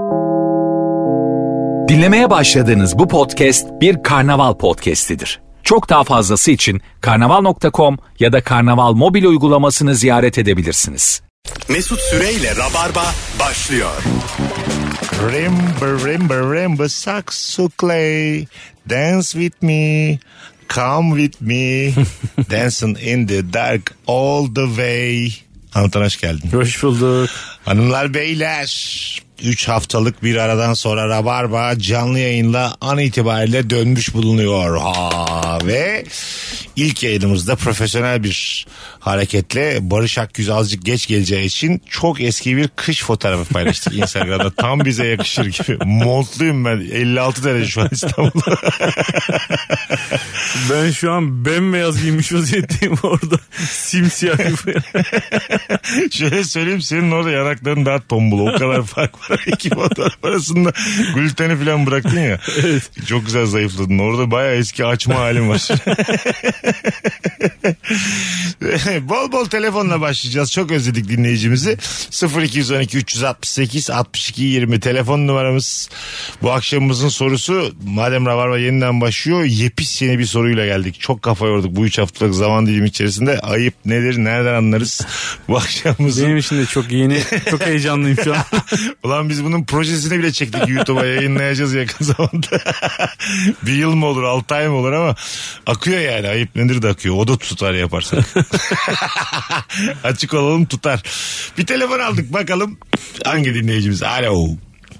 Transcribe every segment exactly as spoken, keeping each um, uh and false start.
Dinlemeye başladığınız bu podcast bir karnaval podcastidir. Çok daha fazlası için karnaval nokta com ya da karnaval mobil uygulamasını ziyaret edebilirsiniz. Mesut Süreyle Rabarba başlıyor. Remember, remember, remember, Saxo Clay, dance with me, come with me, dancing in the dark all the way. Anlatan hoş geldin. Hoş bulduk. Hanımlar beyler, üç haftalık bir aradan sonra Rabarba canlı yayınla an itibariyle dönmüş bulunuyor. Ha, ve ilk yayınımızda profesyonel bir hareketle Barış Akgüz azıcık geç geleceği için çok eski bir kış fotoğrafı paylaştık Instagram'da. Tam bize yakışır gibi. Montluyum ben. elli altı derece şu an İstanbul'da. Ben şu an bembeyaz giymiş vaziyetteyim orada. Simsiyah gibi. Şöyle söyleyeyim, senin orada yanakların daha tombul. O kadar fark var. İki fotoğraf arasında gluteni falan bıraktın ya. Evet. Çok güzel zayıfladın. Orada bayağı eski açma halim var. Bol bol telefonla başlayacağız. Çok özledik dinleyicimizi. sıfır iki on iki üç altı sekiz altmış iki yirmi telefon numaramız. Bu akşamımızın sorusu, madem Rabarba yeniden başlıyor, yepis yeni bir soruyla geldik. Çok kafa yorduk bu üç haftalık zaman dilimi içerisinde. Ayıp nedir, nereden anlarız bu akşamımızın? Benim için de çok yeni, çok heyecanlıyım şu an. Ulan biz bunun projesini bile çektik, YouTube'a yayınlayacağız yakın zamanda. Bir yıl mı olur, altı ay mı olur, ama akıyor yani. Ayıp nedir de akıyor. O da tutar yaparsak. Açık olalım, tutar. Bir telefon aldık, bakalım hangi dinleyicimiz. Alo.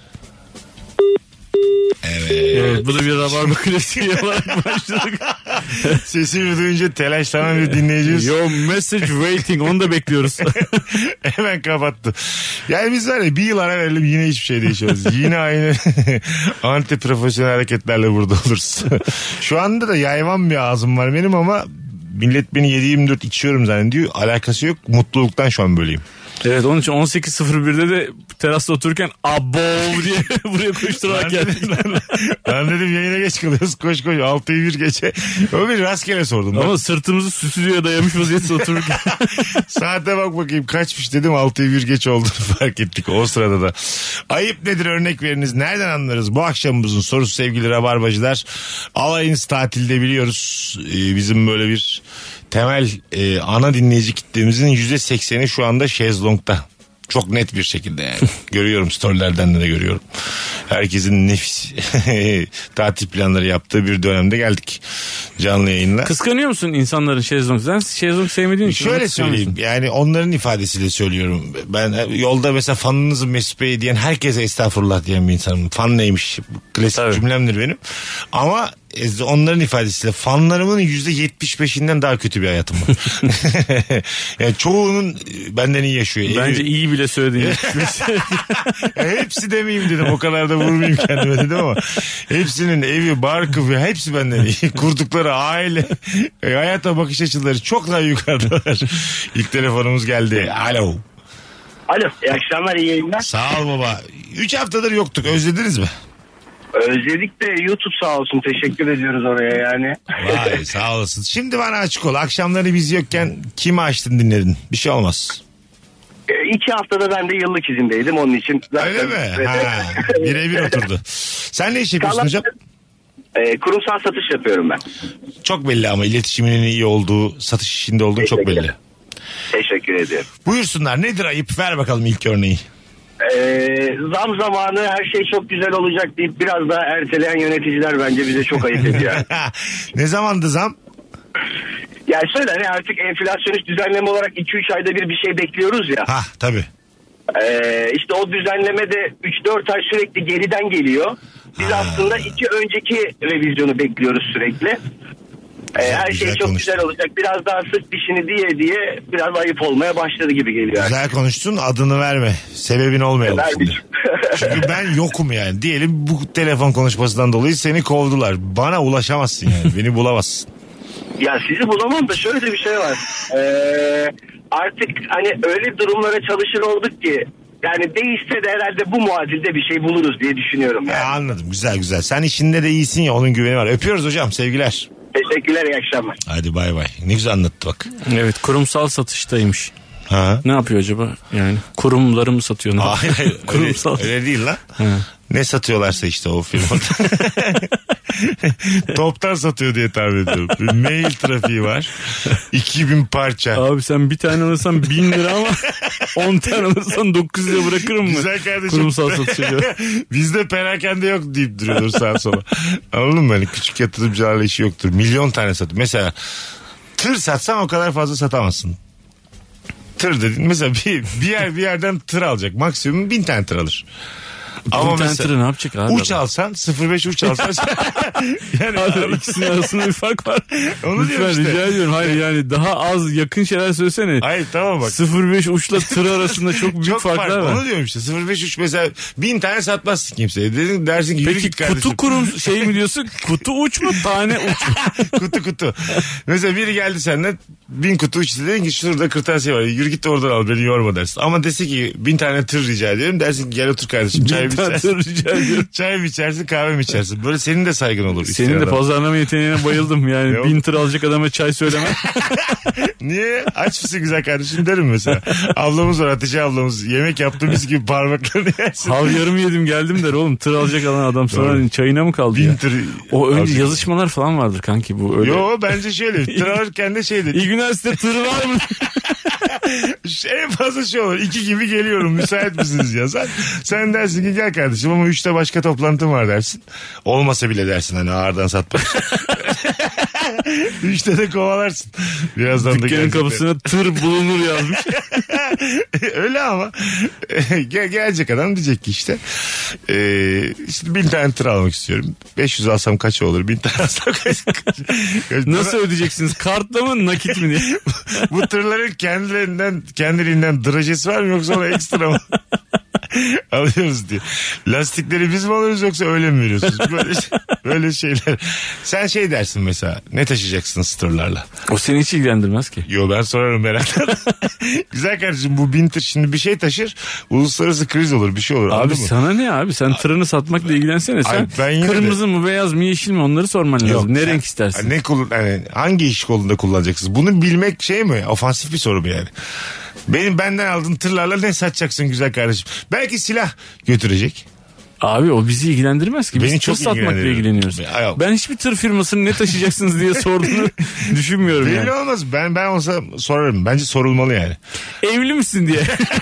Evet. Evet, bu da bir Rabarba klasiği olarak başladık. Sesimi duyunca telaşlanan bir dinleyicimiz. Yo, message waiting, onu da bekliyoruz. Hemen kapattı. Yani biz var ya, bir yıl ara verelim, yine hiçbir şey değişmez. Yine aynı anti profesyonel hareketlerle burada oluruz. Şu anda da yayvan bir ağzım var benim, ama millet beni yedi yirmi dört içiyorum zannediyor. Alakası yok. Mutluluktan şu an böyleyim. Evet, onun için on sekiz sıfır birde de terasta otururken abo diye buraya koşturarak geldik. Ben dedim yayına geç kalıyoruz, koş koş altıyı bir geçe. O bir rastgele sordum. Ama bak, sırtımızı stüdyoya dayamış vaziyette otururken. saate bak bakayım kaçmış dedim, altıyı bir geç olduğunu fark ettik o sırada da. Ayıp nedir, örnek veriniz, nereden anlarız? Bu akşamımızın sorusu sevgili Rabarbacılar. Alayınız tatilde, biliyoruz. Ee, bizim böyle bir temel e, ana dinleyici kitlemizin yüzde sekseni şu anda şezlongda. Çok net bir şekilde yani. Görüyorum, storylerden de, de görüyorum. Herkesin nefis tatil planları yaptığı bir dönemde geldik canlı yayınla. Kıskanıyor musun insanların şezlong? Sen şezlong sevmediğin için. Şöyle söyleyeyim, yani onların ifadesiyle söylüyorum. Ben yolda mesela fanınızın Mesut Bey diyen herkese estağfurullah diyen bir insanım. Fan neymiş? Klasik Tabii. cümlemdir benim. Ama onların ifadesiyle fanlarımın yüzde yetmiş beşinden daha kötü bir hayatım var. Yani çoğunun benden iyi yaşıyor. Bence evi... iyi bile söylediğin. Hepsi demeyeyim dedim, o kadar da vurmayayım kendime dedim, ama hepsinin evi, barkı, hepsi benden iyi. Kurdukları aile, hayata bakış açıları çok daha yukarıdalar. İlk telefonumuz geldi. Alo. Alo, iyi akşamlar, iyi yayınlar. Sağ ol baba. Üç haftadır yoktuk, özlediniz mi? Özledik de YouTube sağ olsun, teşekkür ediyoruz oraya yani. Vay sağ olasın. Şimdi bana açık ol, akşamları biz yokken kimi açtın dinledin? Bir şey olmaz. E, iki haftada ben de yıllık izindeydim, onun için. Zaten öyle mi? Ha, birebir oturdu. Sen ne iş yapıyorsun hocam? E, kurumsal satış yapıyorum ben. Çok belli, ama iletişiminin iyi olduğu, satış işinde olduğu çok belli. Teşekkür ediyorum. Buyursunlar, nedir ayıp? Ver bakalım ilk örneği. Ee, zam zamanı her şey çok güzel olacak deyip biraz daha erteleyen yöneticiler bence bize çok ayıp ediyor. Ne zamandı zam? Yani şöyle, hani artık enflasyonist düzenleme olarak iki üç ayda bir bir şey bekliyoruz ya. Ha tabii. Ee, işte o düzenleme de üç dört ay sürekli geriden geliyor. Biz ha. aslında iki önceki revizyonu bekliyoruz sürekli. Güzel, her şey çok konuştun. Güzel olacak. Biraz daha sık dişini diye diye biraz ayıp olmaya başladı gibi geliyor. Güzel yani. Konuştun, adını verme. Sebebini olmayalım şimdi. Çünkü ben yokum yani. Diyelim bu telefon konuşmasından dolayı seni kovdular. Bana ulaşamazsın yani. Beni bulamazsın. Ya sizi bulamam da şöyle de bir şey var. Ee, artık hani öyle durumlara çalışır olduk ki, yani değişse de herhalde bu muadilde bir şey buluruz diye düşünüyorum. Yani. Ya anladım, güzel güzel. Sen işinde de iyisin ya, onun güveni var. Öpüyoruz hocam, sevgiler. Teşekkürler, iyi akşamlar. Hadi bay bay. Ne güzel anlattı bak. Evet, kurumsal satıştaymış. Ha. Ne yapıyor acaba? Yani kurumları mı satıyor? Ne Hayır hayır. Kurumsal. Öyle, öyle değil lan. Ha. Ne satıyorlarsa işte o firmada. Toptan satıyor diye tahmin ediyorum. Bir mail trafiği var. iki bin parça. Abi sen bir tane alırsan bin lira ama on tane alırsan dokuz yüz lira bırakırım mı? Güzel kardeşim. Kurumsal satışa. Bizde perakende yok deyip duruyordur sağa sola. Anladın mı? Hani küçük yatırımcılarla işi yoktur. Milyon tane satıyor. Mesela tır satsan o kadar fazla satamazsın. Tır dedin. Mesela bir, bir yer bir yerden tır alacak. Maksimum bin tane tır alır. Ama Bin tane mesela tırı ne yapacak abi? uç adam? alsan sıfır beş uç alsan yani Abi ikisinin arasında bir fark var. Onu Lütfen diyorum işte. rica ediyorum. Hayır yani daha az yakın şeyler söylesene. Hayır tamam bak. sıfır virgül beş uçla tır arasında çok büyük Çok farklar fark. var. Onu diyorum işte. sıfır beş uç mesela bin tane satmazsın kimseye. Dedin, dersin ki yürü Peki git kardeşim. kutu kurum şey mi diyorsun? Kutu uç mu tane uç mu? kutu kutu. Mesela biri geldi senden bin kutu uç dedin ki şurada kırtasiye var. Yürü git oradan al beni yorma dersin. Ama dese ki bin tane tır rica ediyorum dersin ki gel otur kardeşim çay Bin mı tane içersin? tır rica ediyorum. Çay mı içersin kahve mi içersin? Böyle senin de saygın olur. Senin de adam. pazarlama yeteneğine bayıldım. Yani Yok. bin tır alacak adama çay söylemem. Niye? Aç mısın güzel kardeşim derim mesela. Ablamız var Hatice ablamız. Yemek yaptı biz gibi parmaklarını yersin. Havyarımı yedim geldim der oğlum. Tır alacak alan adam sonra Doğru. çayına mı kaldı Bin ya? tır. O önce alacak. yazışmalar falan vardır kanki bu öyle. Yo bence şöyle. Tır alırken de şeydir. İyi günler size tır var mı? En fazla şey olur. İki gibi geliyorum. Müsait misiniz ya? Sen, sen dersin ki gel kardeşim ama üçte başka toplantım var dersin. Olmasa bile dersin hani ağırdan satmak. Üçte de kovalarsın. Birazdan da Dükkanın gelecekler. kapısına tır bulunur yazmış. Öyle ama gel, gelecek adam diyecek ki işte e, işte bin tane tır almak istiyorum. beş yüz alsam kaç olur? Bin tane alsam kaç? kaç? Nasıl ödeyeceksiniz? Kartla mı nakit mi diye. Bu tırların kendilerinden kendiliğinden drajesi var mı yoksa ona ekstra mı? Alıyoruz diye. Lastikleri biz mi alıyoruz yoksa öyle mi veriyorsunuz? Böyle, böyle şeyler. Sen şey dersin mesela ne taşıyacaksın tırlarla? O seni hiç ilgilendirmez ki. Yo ben sorarım merakla. Güzel kardeşim bu bin tır şimdi bir şey taşır. Uluslararası kriz olur bir şey olur. Abi anladın mı? sana ne abi? Sen tırını satmakla ilgilensene. Sen Ay, ben yine kırmızı mı beyaz mı yeşil mi onları sorman lazım. Yok, ne sen- renk istersin? Ne kullan yani hangi iş kolunda kullanacaksınız? Bunu bilmek şey mi? Ofansif bir soru mu yani? Benim benden aldığın tırlarla ne satacaksın güzel kardeşim? Belki silah götürecek. Abi o bizi ilgilendirmez ki. Biz Beni tır çok satmakla ilgilendiriyor. ilgileniyoruz. Ya, yok. Ben hiçbir tır firmasının ne taşıyacaksınız diye sorduğunu düşünmüyorum Belli yani. olmaz. Ben ben olsa sorarım. Bence sorulmalı yani. Evli misin diye.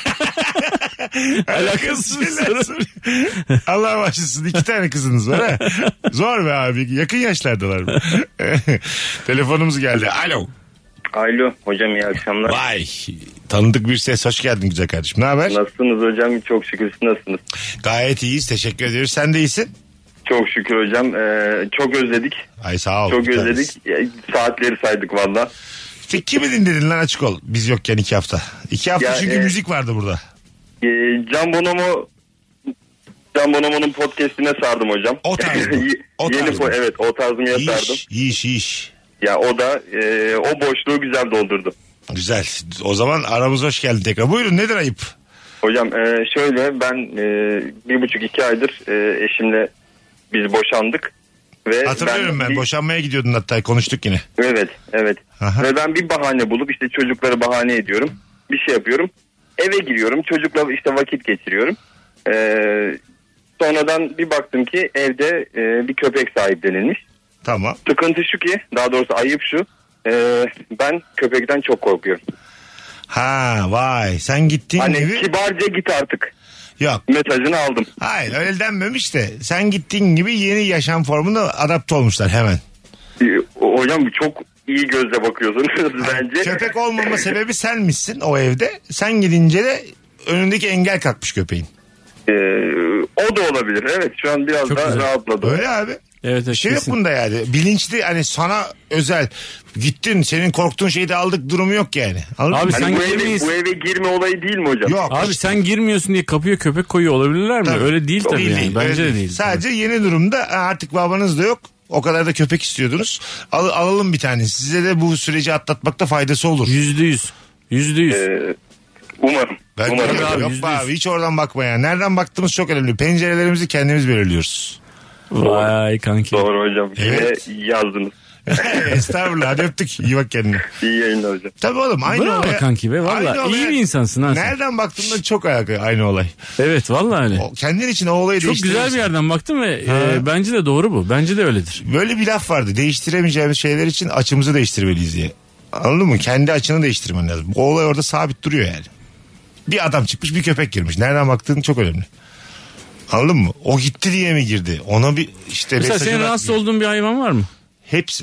Alakasız bir Şeyler soru. soruyor. Allah başlasın. İki tane kızınız var ha. Zor be abi. Yakın yaşlardalar mı? Telefonumuz geldi. Alo. Alo hocam iyi akşamlar. Vay. Tanıdık bir ses. Hoş geldin güzel kardeşim. Ne haber? Nasılsınız hocam? Çok şükür siz nasılsınız? Gayet iyiyiz. Teşekkür ediyoruz. Sen de iyisin. Çok şükür hocam. Ee, çok özledik. Ay sağ ol. Çok Bir tanesi. özledik. Ya, saatleri saydık valla. Peki kimi dinledin lan açık ol. Biz yokken iki hafta. İki hafta Ya, çünkü e, müzik vardı burada. Ee, Can Bonomo Can Bonomo'nun podcastine sardım hocam. O tarz mı? O Yeni tarz mı? po- evet o tarzımı sardım. İş, iş, iş. Ya o da e, o boşluğu güzel doldurdu. Güzel. O zaman aramıza hoş geldin tekrar. Buyurun nedir ayıp? Hocam e, şöyle ben e, bir buçuk iki aydır e, eşimle biz boşandık. Ve Hatırlıyorum ben. bir- Boşanmaya gidiyordun hatta konuştuk yine. Evet, evet. Aha. Ve ben bir bahane bulup işte çocukları bahane ediyorum. Bir şey yapıyorum. Eve giriyorum. Çocukla işte vakit geçiriyorum. Ee, sonradan bir baktım ki evde e, bir köpek sahiplenilmiş. Tamam. Sıkıntı şu ki, daha doğrusu ayıp şu. e, ben köpekten çok korkuyorum. Ha vay. Sen gittiğin Hani gibi. kibarca git artık. Yok. Mesajını aldım. Hayır öyle denmemiş de. Sen gittiğin gibi yeni yaşam formuna adapte olmuşlar hemen. Ee, hocam çok iyi gözle bakıyorsunuz bence. Köpek olmama sebebi senmişsin o evde. Sen gidince de önündeki engel kalkmış köpeğin. Ee, o da olabilir. Evet şu an biraz Çok daha güzel. rahatladım. Öyle abi. Evet, Bir evet, şey yok kesin. bunda yani. Bilinçli hani sana özel gittin senin korktuğun şeyi de aldık durumu yok yani. Anladın Abi mı? sen Hani bu eve, giremeyiz. bu eve girme olayı değil mi hocam? Yok. Abi sen girmiyorsun diye kapıya köpek koyuyor olabilirler mi? Tabii. Öyle değil tabii yani. Bence öyle de değil. Sadece yeni durumda artık babanız da yok. O kadar da köpek istiyordunuz. Al, alalım bir tane. Size de bu süreci atlatmakta faydası olur. Yüzde yüz. Yüzde yüz. Ee, umarım. Ben umarım. de abi, yok yüzde be yüz. abi hiç oradan bakma ya. Nereden baktığımız çok önemli. Pencerelerimizi kendimiz belirliyoruz. Vay kanki. Doğru hocam. Evet. Yine yazdınız. Estağfurullah, hadi öptük. İyi bak kendine. İyi yayınlar hocam. Tabii oğlum, aynı Bravo olay. kanki be, valla Aynı olay. iyi bir insansın ha sen. Nereden baktığında çok alakalı aynı olay. Evet valla öyle. O, kendin için o olayı Çok güzel değiştirirsin. bir yerden baktım ve e, bence de doğru bu. Bence de öyledir. Böyle bir laf vardı. Değiştiremeyeceğimiz şeyler için açımızı değiştirmeliyiz diye. Anladın mı? Kendi açını değiştirmen lazım. O olay orada sabit duruyor yani. Bir adam çıkmış, bir köpek girmiş. Nereden baktığın çok önemli. Anladın mı? O gitti diye mi girdi? Ona bir işte... Mesela senin rahatsız olduğun bir hayvan var mı? Hepsi.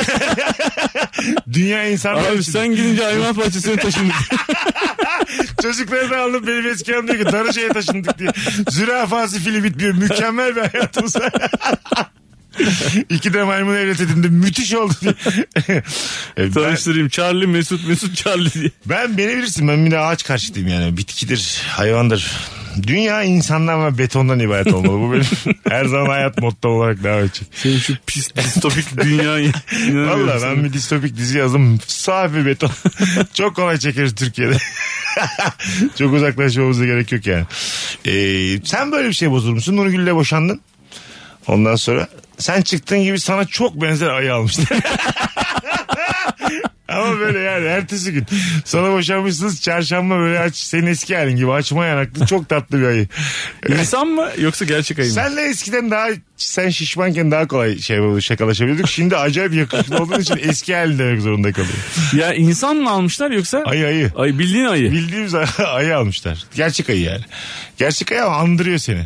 Dünya insanlar Abi için. sen gidince hayvan bahçesine taşındın. Çocukları da aldım, benim eski hanım diyor ki Darıca'ya taşındık diye. Zürafası fili bitmiyor. Mükemmel bir hayatımız var. İki de maymun evlat edindim. Müthiş oldu diye. ben, Tanıştırayım, Charlie Mesut, Mesut Charlie diye. ben beni bilirsin, ben bir de ağaç karşıtıyım yani. Bitkidir, hayvandır. Dünya insandan ve betondan ibaret olmalı. Bu benim her zaman hayat motto olarak devam edecek. Senin şu pis distopik dünyayı. Valla ben bir distopik dizi yazdım. Safi beton. Çok kolay çekeriz Türkiye'de. Çok uzaklaşmamıza gerek yok yani. Ee, sen böyle bir şey bozulur musun? Nurgül'le boşandın. Ondan sonra sen çıktığın gibi sana çok benzer ayı almışlar. Ama böyle yani ertesi gün sana boşanmışsınız, çarşamba böyle aç, senin eski halin gibi açma yanaklı çok tatlı bir ayı. İnsan mı yoksa gerçek ayı mı? Senle eskiden daha, sen şişmanken daha kolay şey şakalaşabiliyorduk. Şimdi acayip yakışıklı olduğun için eski halin demek zorunda kalıyor. Ya insan mı almışlar yoksa? Ayı ayı. Ay bildiğin ayı. Bildiğimiz ayı almışlar. Gerçek ayı yani. Gerçek ayı ama andırıyor seni.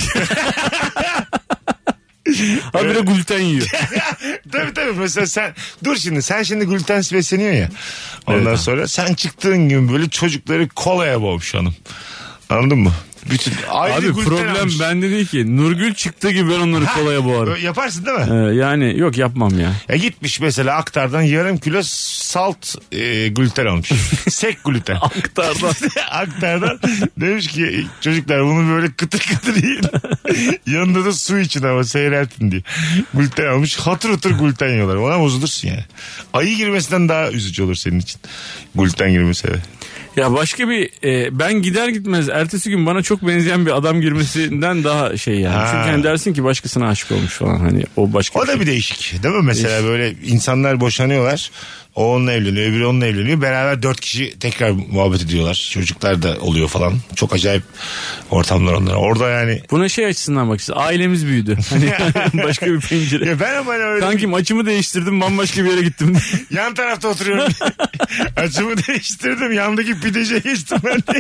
Abi de gluten yiyor. Tabii tabii, mesela sen dur şimdi, sen şimdi glutensiz besleniyorsun ya. Ondan Evet. sonra sen çıktığın gün böyle çocukları kolaya boğmuş hanım. Anladın mı? Bütün aile Abi gluten problem almış. bende değil ki. Nurgül çıktı gibi ben onları kolaya boğarım. Ö- Yaparsın değil mi? Ee, yani yok yapmam ya. Ya gitmiş mesela Aktar'dan yarım kilo salt e, gluten almış. Sek gluten. Aktar'dan. Aktar'dan demiş ki çocuklar bunu böyle kıtır kıtır yiyin. Yanında da su için ama seyreltin diye. Gluten almış. Hatır hatır gluten yiyorlar. Ona bozulursun yani. Ayı girmesinden daha üzücü olur senin için. Gluten girmesi eve. Ya başka bir e, ben gider gitmez ertesi gün bana çok benzeyen bir adam girmesinden daha şey yani. Ha. Çünkü hani dersin ki başkasına aşık olmuş falan, hani o başka O bir da şey. bir değişik değil mi? Mesela Değişik. böyle insanlar boşanıyorlar. O onunla evleniyor, öbürü onunla evleniyor. Beraber dört kişi tekrar muhabbet ediyorlar. Çocuklar da oluyor falan. Çok acayip ortamlar onlar. Orada yani... Buna şey açısından bak işte, ailemiz büyüdü. Hani başka bir pencere. Ya ben ama hani öyle... Kankim açımı değiştirdim, bambaşka bir yere gittim. Yan tarafta oturuyorum. Açımı değiştirdim. Yandaki pideciye geçtim ben de.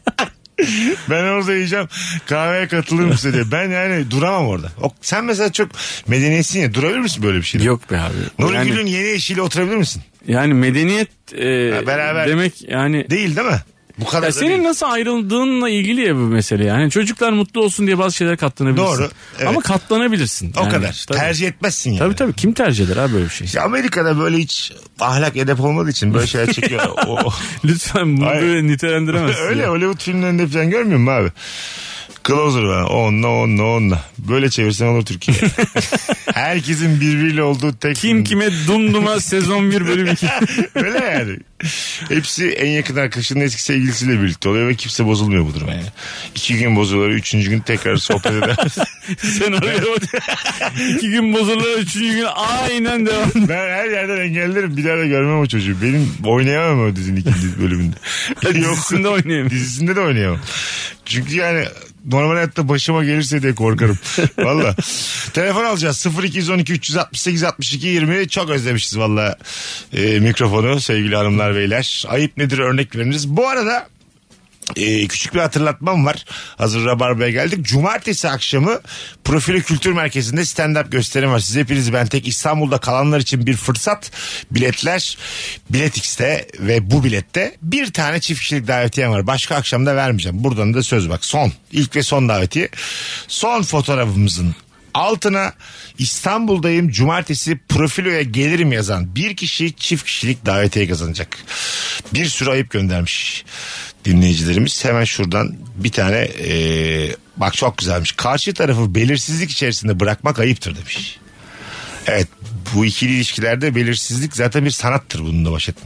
Ben orada yiyeceğim, kahveye katılır mısın diye. Ben yani duramam orada. O, sen mesela çok medeniyetsin ya, durabilir misin böyle bir şeyde? Yok be abi. Nurgül'ün Yani, yeni eşiyle oturabilir misin? yani medeniyet e, beraber. demek yani. Değil değil mi? Bu kadar Ya da senin değil. nasıl ayrıldığınla ilgili ya bu mesele yani. Çocuklar mutlu olsun diye bazı şeyler katlanabilirsin. Doğru, evet. Ama katlanabilirsin. O Yani, kadar. tabii. Tercih etmezsin yani. Tabii tabii, kim tercih eder abi böyle bir şey? İşte Amerika'da böyle hiç ahlak edep olmadığı için böyle şeyler çekiyorlar. O, o. Lütfen bunu Hayır. böyle nitelendiremezsin. Öyle ya. Hollywood filmlerinde falan görmüyor musun abi? Closer var. Onunla onunla onunla. Böyle çevirsen olur Türkiye. Herkesin birbiriyle olduğu tek... Kim kime dumduma sezon bir bölüm iki. Öyle yani. Hepsi en yakın arkadaşının eski sevgilisiyle birlikte oluyor ve kimse bozulmuyor bu duruma yani. İki gün bozuluyorlar, üçüncü gün tekrar sohbet eder. Sen oraya bak. İki gün bozulur, üçüncü gün aynen devam. Ben her yerden engellerim. Bir daha da görmem o çocuğu. Benim oynayamam o dizinin ikinci bölümünde. Dizisinde oynayayım. Dizisinde de oynayamam. Çünkü yani normal hayatta başıma gelirse diye korkarım. Valla. Telefon alacağız. sıfır iki on iki üç altı sekiz altmış iki yirmi. Çok özlemişiz valla e, mikrofonu sevgili hanımlar beyler. Ayıp nedir örnek veriniz. Bu arada Ee, küçük bir hatırlatmam var. Hazır Rabarba'ya geldik. Cumartesi akşamı Profilo Kültür Merkezi'nde stand-up gösterim var. Siz hepiniz ben tek, İstanbul'da kalanlar için bir fırsat. Biletler Bilet X'te ve bu bilette bir tane çift kişilik davetiyem var. Başka akşamda vermeyeceğim. Buradan da söz bak. Son. İlk ve son davetiye. Son fotoğrafımızın altına İstanbul'dayım cumartesi profiloya gelirim yazan bir kişi çift kişilik davetiye kazanacak. Bir sürü ayıp göndermiş dinleyicilerimiz. Hemen şuradan bir tane ee, bak çok güzelmiş. Karşı tarafı belirsizlik içerisinde bırakmak ayıptır demiş. Evet, bu ikili ilişkilerde belirsizlik zaten bir sanattır, bununla baş etme.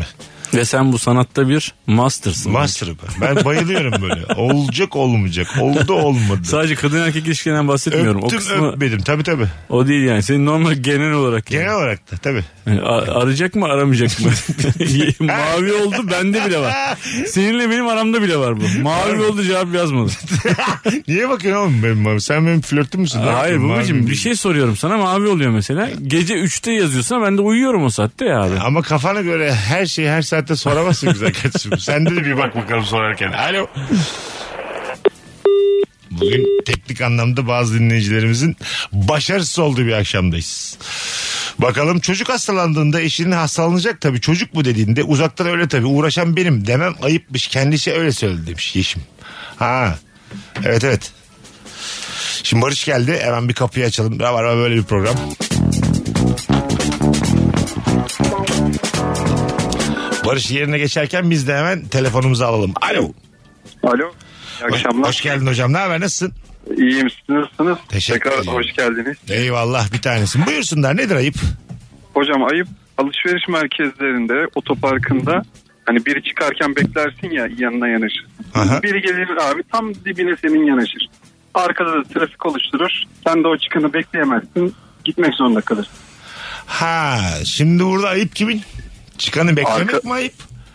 Ve sen bu sanatta bir mastersın. Master'ım. Ben bayılıyorum böyle. Olacak olmayacak. Oldu olmadı. Sadece kadın erkek ilişkilerinden bahsetmiyorum. Öptüm o kısmı, öpmedim. Tabii tabii. O değil yani. Senin normal genel olarak. Yani. Genel olarak da tabii. Yani arayacak mı aramayacak mı? Mavi oldu bende bile var. Seninle benim aramda bile var bu. Mavi oldu cevap yazmadı. Niye bakıyorsun oğlum benim mavi? Sen benim flörtüm müsün? Hayır babacığım bir şey soruyorum sana, mavi oluyor mesela. Gece üçte yazıyorsan ben de uyuyorum o saatte ya abi. Ama kafana göre her şeyi her saatte soramazsın güzel kardeşim. Sen de bir bak bakalım sorarken. Alo. Bugün teknik anlamda bazı dinleyicilerimizin başarısız olduğu bir akşamdayız. Bakalım, çocuk hastalandığında eşinin hastalanacak tabii, çocuk bu dediğinde uzaktan öyle tabii, uğraşan benim demem ayıpmış, kendisi öyle söyledi demiş Yeşim. Ha evet evet. Şimdi Barış geldi, hemen bir kapıyı açalım. Var var böyle bir program. Barış yerine geçerken biz de hemen telefonumuzu alalım. Alo. Alo. İyi akşamlar. Hoş, hoş geldin hocam. Ne haber? Nasılsın? İyiyim. Siz nasılsınız? Teşekkür Tekrar ederim. hoş geldiniz. Eyvallah, bir tanesin. Buyursunlar, nedir ayıp? Hocam ayıp, alışveriş merkezlerinde, otoparkında hani biri çıkarken beklersin ya, yanına yanaşır. Aha. Biri gelir abi tam dibine senin yanaşır. Arkada da trafik oluşturur. Sen de o çıkanı bekleyemezsin. Gitmek zorunda kalırsın. Ha, şimdi burada ayıp kimin? Çıkanı beklemek Arka... mi ayıp?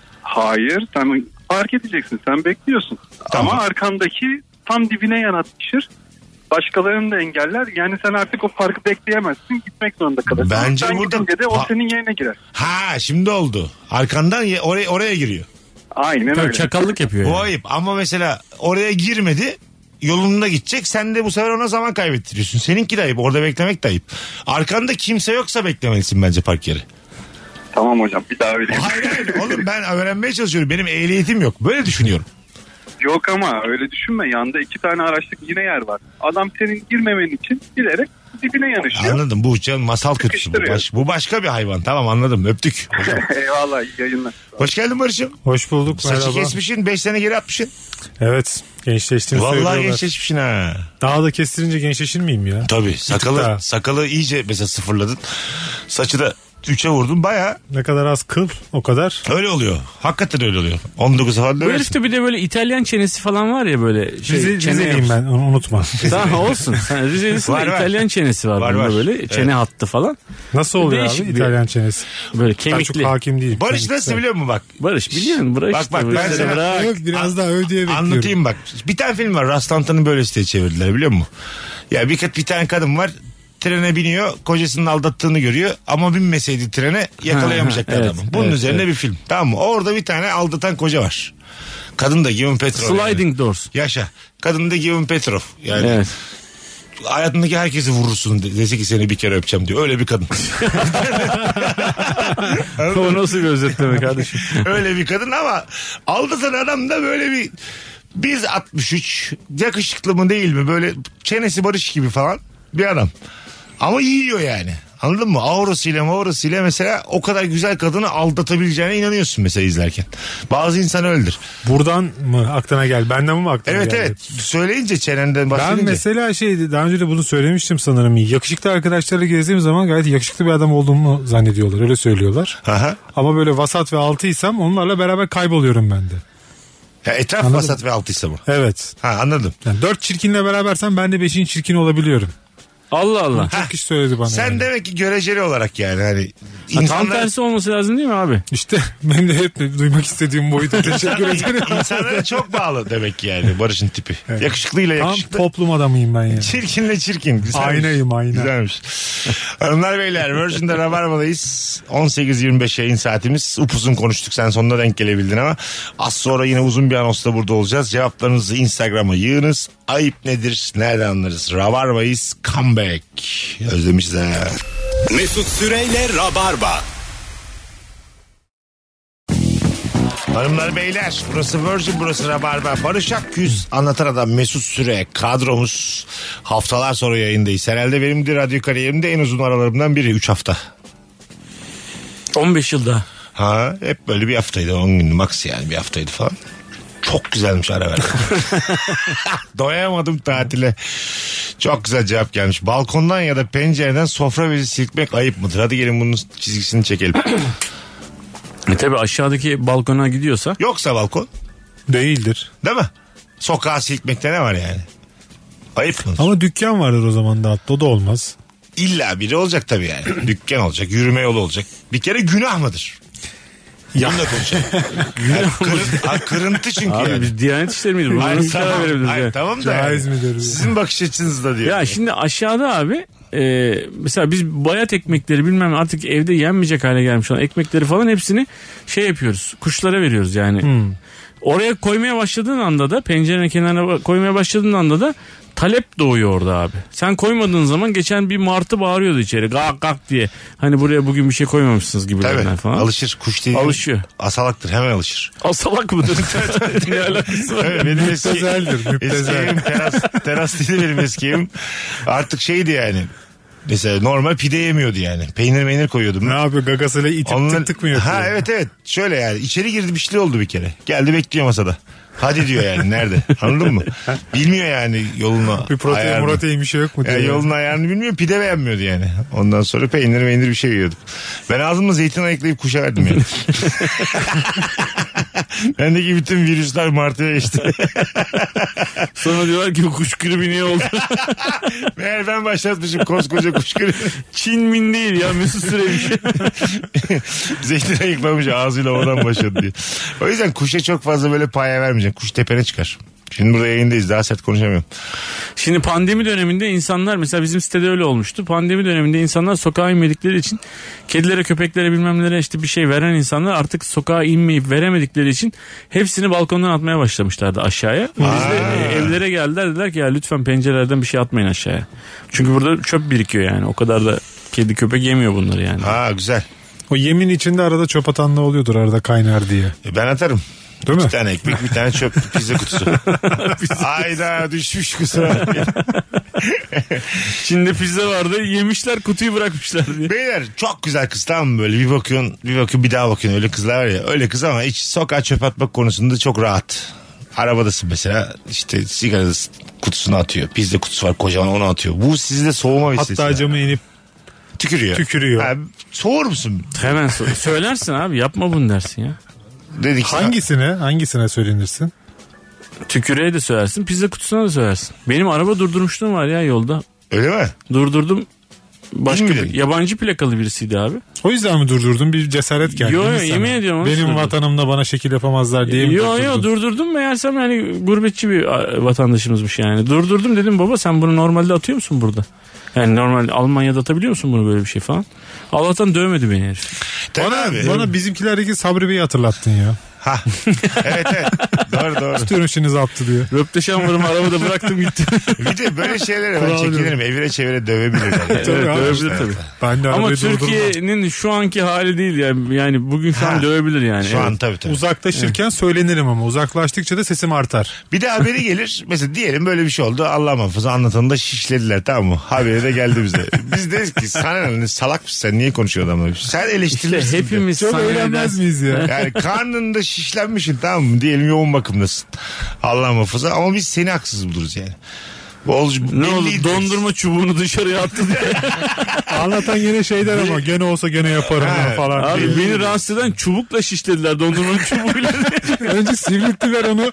Hayır, sen fark edeceksin, sen bekliyorsun. Tamam. Ama arkandaki tam dibine yanaşır. Başkalarını da engeller. Yani sen artık o farkı bekleyemezsin. Gitmek zorunda kalırsın. Bence sen burada... gidince de o Ha... senin yerine girer. Ha, şimdi oldu. Arkandan ye- oraya, oraya giriyor. Aynen Tabii öyle. çakallık yapıyor. O Yani. ayıp, ama mesela oraya girmedi, yolunda gidecek, sen de bu sefer ona zaman kaybettiriyorsun. Seninki de ayıp, orada beklemek de ayıp. Arkanda kimse yoksa beklemelisin bence park yeri. Tamam hocam, bir daha öyle. Hayır hayır oğlum, ben öğrenmeye çalışıyorum, benim ehliyetim yok, böyle düşünüyorum. Yok ama öyle düşünme, yanda iki tane araçlık yine yer var. Adam senin girmemen için bilerek dibine yanaşıyor. Anladım, bu canım masal kötüsü, bu, baş, bu başka bir hayvan. Tamam, anladım, öptük. Eyvallah, iyi yayınlar. Hoş geldin Barış'ım. Hoş bulduk, Saçı merhaba. kesmişsin, beş sene geri atmışsın. Evet, gençleştiğini Vallahi söylüyorlar. gençleşmişsin ha. Daha da kestirince gençleşir miyim ya? Tabii, sakalı daha. sakalı iyice mesela sıfırladın. Saçı da üçe vurdun, baya Ne kadar az kıl o kadar. öyle oluyor. Hakikaten öyle oluyor. on dokuz falan da Bu öylesin. herifte bir de böyle İtalyan çenesi falan var ya, böyle şey. Rize, çene Rizeliyim yapmış. ben, onu unutma. Tamam olsun. Sen Rizelisin Var, de var. İtalyan çenesi var, Var, bunda var. böyle. Çene Evet. hattı falan. Nasıl oluyor Değişik abi bir- İtalyan çenesi? Böyle Ben kemikli. çok hakim değilim. Barış Kemikli. nasıl biliyor musun bak? Barış biliyorsun. Bırak Bak, işte, bak, bu ben işleri sana- bırak. Yok, biraz daha öv diye bekliyorum. Anlatayım bak. Bir tane film var. Rastlantının böylesi diye çevirdiler, biliyor musun? Ya bir, bir tane kadın var. Trene biniyor. Kocasının aldattığını görüyor. Ama binmeseydi trene yakalayamayacaktı Ha, ha, evet, adamı. Bunun evet, üzerine evet. bir film. Tamam mı? Orada bir tane aldatan koca var. Kadın da Given Petrov. Sliding yani. doors. Yaşa. Kadın da Given Petrov. Yani Evet. hayatındaki herkesi vurursun dese ki seni bir kere öpeceğim diyor. Öyle bir kadın. O nasıl bir özetleme kardeşim? Öyle bir kadın, ama aldatan adam da böyle bir biz altmış üç, yakışıklı mı değil mi, böyle çenesi Barış gibi falan bir adam. Ama yiyor yani. Anladın mı? Aurasıyla maurasıyla mesela o kadar güzel kadını aldatabileceğine inanıyorsun mesela izlerken. Bazı insan öyledir. Buradan mı aklına gel? Benden mi aklına Evet geldi? evet. Söyleyince, çenenden Ben bahsedince. mesela şey, daha önce de bunu söylemiştim sanırım. Yakışıklı arkadaşlarla gezdiğim zaman gayet yakışıklı bir adam olduğumu zannediyorlar. Öyle söylüyorlar. Aha. Ama böyle vasat ve altıysam onlarla beraber kayboluyorum ben de. Ya etraf Anladım. vasat ve altıysa bu. Evet. Ha, anladım. Yani dört çirkinle berabersem ben de beşin çirkin olabiliyorum. Allah Allah. Çok kişi söyledi bana. Sen yani. demek ki göreceli olarak yani hani Ha, tam insanlar, tersi olması lazım değil mi abi? İşte benim de hep duymak istediğim buydu. Teşekkür ederim. insanlara çok bağlı demek ki yani Barış'ın tipi. Yakışıklıyla Tam yakışıklı. toplum adamıyım ben ya. Çirkinle çirkin. Güzelmiş. Aynayım, ayna. Güzelmiş. Hanımlar beyler, Virgin'de Rabarba'dayız. on sekiz yirmi beş yayın saatimiz. Upuzun konuştuk, sen sonuna denk gelebildin ama az sonra yine uzun bir anonsla burada olacağız. Cevaplarınızı Instagram'a yığınız. Ayıp nedir? Nereden anlarız? Rabarba'yız. Comeback. Özlemişiz ha. Mesut Süreyle Rabarba. Hanımlar beyler, burası Virgin, burası Rabarba. Barış Akgüz, Anlatan Adam, Mesut Süre kadromuz. Haftalar sonra yayındayız. Herhalde benim de radyo kariyerimde en uzun aralarımdan biri. üç hafta. on beş yılda. Ha, hep böyle bir haftaydı, on gün max yani, bir haftaydı falan. Çok güzelmiş, ara verdim. Doyamadım tatile. Çok güzel cevap gelmiş. Balkondan ya da pencereden sofra bezi silkmek ayıp mıdır? Hadi gelin bunun çizgisini çekelim. E tabii aşağıdaki balkona gidiyorsa. Yoksa balkon. Değildir. Değil mi? Sokağa silkmekte ne var yani? Ayıp mı? Ama dükkan vardır o zaman da hatta o da olmaz. İlla biri olacak tabii yani. Dükkan olacak, yürüme yolu olacak. Bir kere günah mıdır? Ya. Bunu da konuşalım. Yani kırın- ha, kırıntı çünkü Abi yani. biz Diyanet İşleri miydi? Bunu Hayır, nasıl karar tamam, verebiliriz hayır, yani? tamam da Caiz yani. midir? Sizin bakış açınızda diyor. Ya şimdi aşağıda abi e, mesela biz bayat ekmekleri bilmem artık evde yenmeyecek hale gelmiş olan ekmekleri falan hepsini şey yapıyoruz. Kuşlara veriyoruz yani. Hmm. Oraya koymaya başladığın anda da pencerenin kenarına koymaya başladığın anda da talep doğuyor orada abi. Sen koymadığın zaman geçen bir martı bağırıyordu içeri gak gak diye. Hani buraya bugün bir şey koymamışsınız gibilerinden Tabii, falan. alışır. Kuş değil. Alışıyor. Asalaktır, hemen alışır. Asalak mıdır? Ne alakası var? Evet, benim eski, Müptezeldir, eski müptezel. evim teras, teras değil benim eski evim. Artık şeydi yani. Mesela normal pide yemiyordu yani. Peynir meynir koyuyordum. Ne yapıyor gagasıyla itip Onların- tık tık mı yapıyor? Ha evet evet. Şöyle yani içeri girdi bir şey oldu bir kere. Geldi bekliyor masada. Hadi diyor yani nerede? Anladın mı? Bilmiyor yani yolunu. Bir protein ayarını. protein bir şey yok mu diye. Yani yolun ayarını bilmiyor, pide beğenmiyordu yani. Ondan sonra peynir meynir bir şey yiyorduk. Ben ağzımda zeytin ayıklayıp kuşa verdim yani. Bendeki bütün virüsler martıya geçti. Sonra diyorlar ki bu kuş gribi niye oldu? Meğer ben başlatmışım koskoca kuş gribi. Çin min değil ya Mesut Süremiş. Zeytin ayıklamış ağzıyla oradan başladı diye. O yüzden kuşa çok fazla böyle paya vermeyeceksin. Kuş tepene çıkar. Şimdi burada yayındayız, daha sert konuşamıyorum. Şimdi pandemi döneminde insanlar mesela bizim sitede öyle olmuştu. Pandemi döneminde insanlar sokağa inmedikleri için kedilere köpeklere bilmem nelere işte bir şey veren insanlar artık sokağa inmeyip veremedikleri için hepsini balkondan atmaya başlamışlardı aşağıya. Biz de e, evlere geldiler dediler ki ya lütfen pencerelerden bir şey atmayın aşağıya. Çünkü burada çöp birikiyor yani o kadar da kedi köpek yemiyor bunları yani. Ha güzel. O yemin içinde arada çöp atanlı oluyordur arada kaynar diye. E ben atarım. Değil mi? Bir tane ekmek, bir tane çöp, pizza kutusu. Ayda düşmüş kusura bakmayın. Şimdi pizza vardı yemişler kutuyu bırakmışlar diye. Beyler çok güzel kız, tamam mı, böyle bir bakıyorsun bir bakıyorsun bir daha bakıyorsun, öyle kızlar var ya, öyle kız ama hiç sokağa çöp atmak konusunda çok rahat. Arabadasın mesela, işte sigara kutusunu atıyor, pizza kutusu var kocaman, onu atıyor. Bu sizde soğuma meselesi. Hatta camı inip tükürüyor. tükürüyor. Ha, soğur musun? Hemen so- söylersin abi yapma bunu dersin ya. Dedik. Hangisine hangisine söylenirsin? Tükürüğe de söylersin pizza kutusuna da söylersin. Benim araba durdurmuşluğum var ya yolda. Öyle mi? Durdurdum. Başka Bilmiyorum. bir, yabancı plakalı birisiydi abi. O yüzden mi durdurdun? Bir cesaret geldi. Yo, değil mi yo, sana? yemin ediyorum onu Benim durdurdum. vatanımda bana şekil yapamazlar diye mi Yo durdurdun? yo durdurdum meğersem yani gurbetçi bir vatandaşımızmış yani. Durdurdum dedim baba sen bunu normalde atıyor musun burada? Yani normal Almanya'da atabiliyor musun bunu böyle bir şey falan? Allah'tan dövmedi beni herif. Tabii Bana, abi. bana bizimkilerdeki Sabri Bey'i hatırlattın ya. Ha. Evet evet. Doğru doğru. Tutuyorum şimdi zaptı diyor. Röpteşen varımı arabada bıraktım gittim. Bir de böyle şeylere ben Kural çekinirim. Evire çevire dövebilirler. Yani. Tabii Evet, abi. dövebilir tabii. Ben de Ama arabayı durdurmam. Türkiye'nin şu anki hali değil yani. Yani bugün şu an Ha. dövebilir yani. Şu an Evet. tabii tabii. Uzaklaşırken söylenirim ama uzaklaştıkça da sesim artar. Bir de haberi gelir. Mesela diyelim böyle bir şey oldu. Allah muhafaza anlatanı da şişlediler, tamam mı? Haberi de geldi bize. Biz deriz ki sana ne, salak mısın sen, niye konuşuyor adamla? Sen eleştirirsin. İşte hepimiz Çok sana eğlenmez eder- miyiz ya? Yani karnında şişlenmişsin, tamam mı? Diyelim yoğun bakımdasın. Allah muhafaza, ama biz seni haksız buluruz yani. Bu ol- Ne oldu belli- dondurma çubuğunu dışarıya attı diye. Anlatan yine şey der ama gene olsa gene yaparım Ha, ben falan. Abi diye. beni rahatsız eden çubukla şişlediler dondurmanın çubuğuyla. Önce sivrilttiler onu.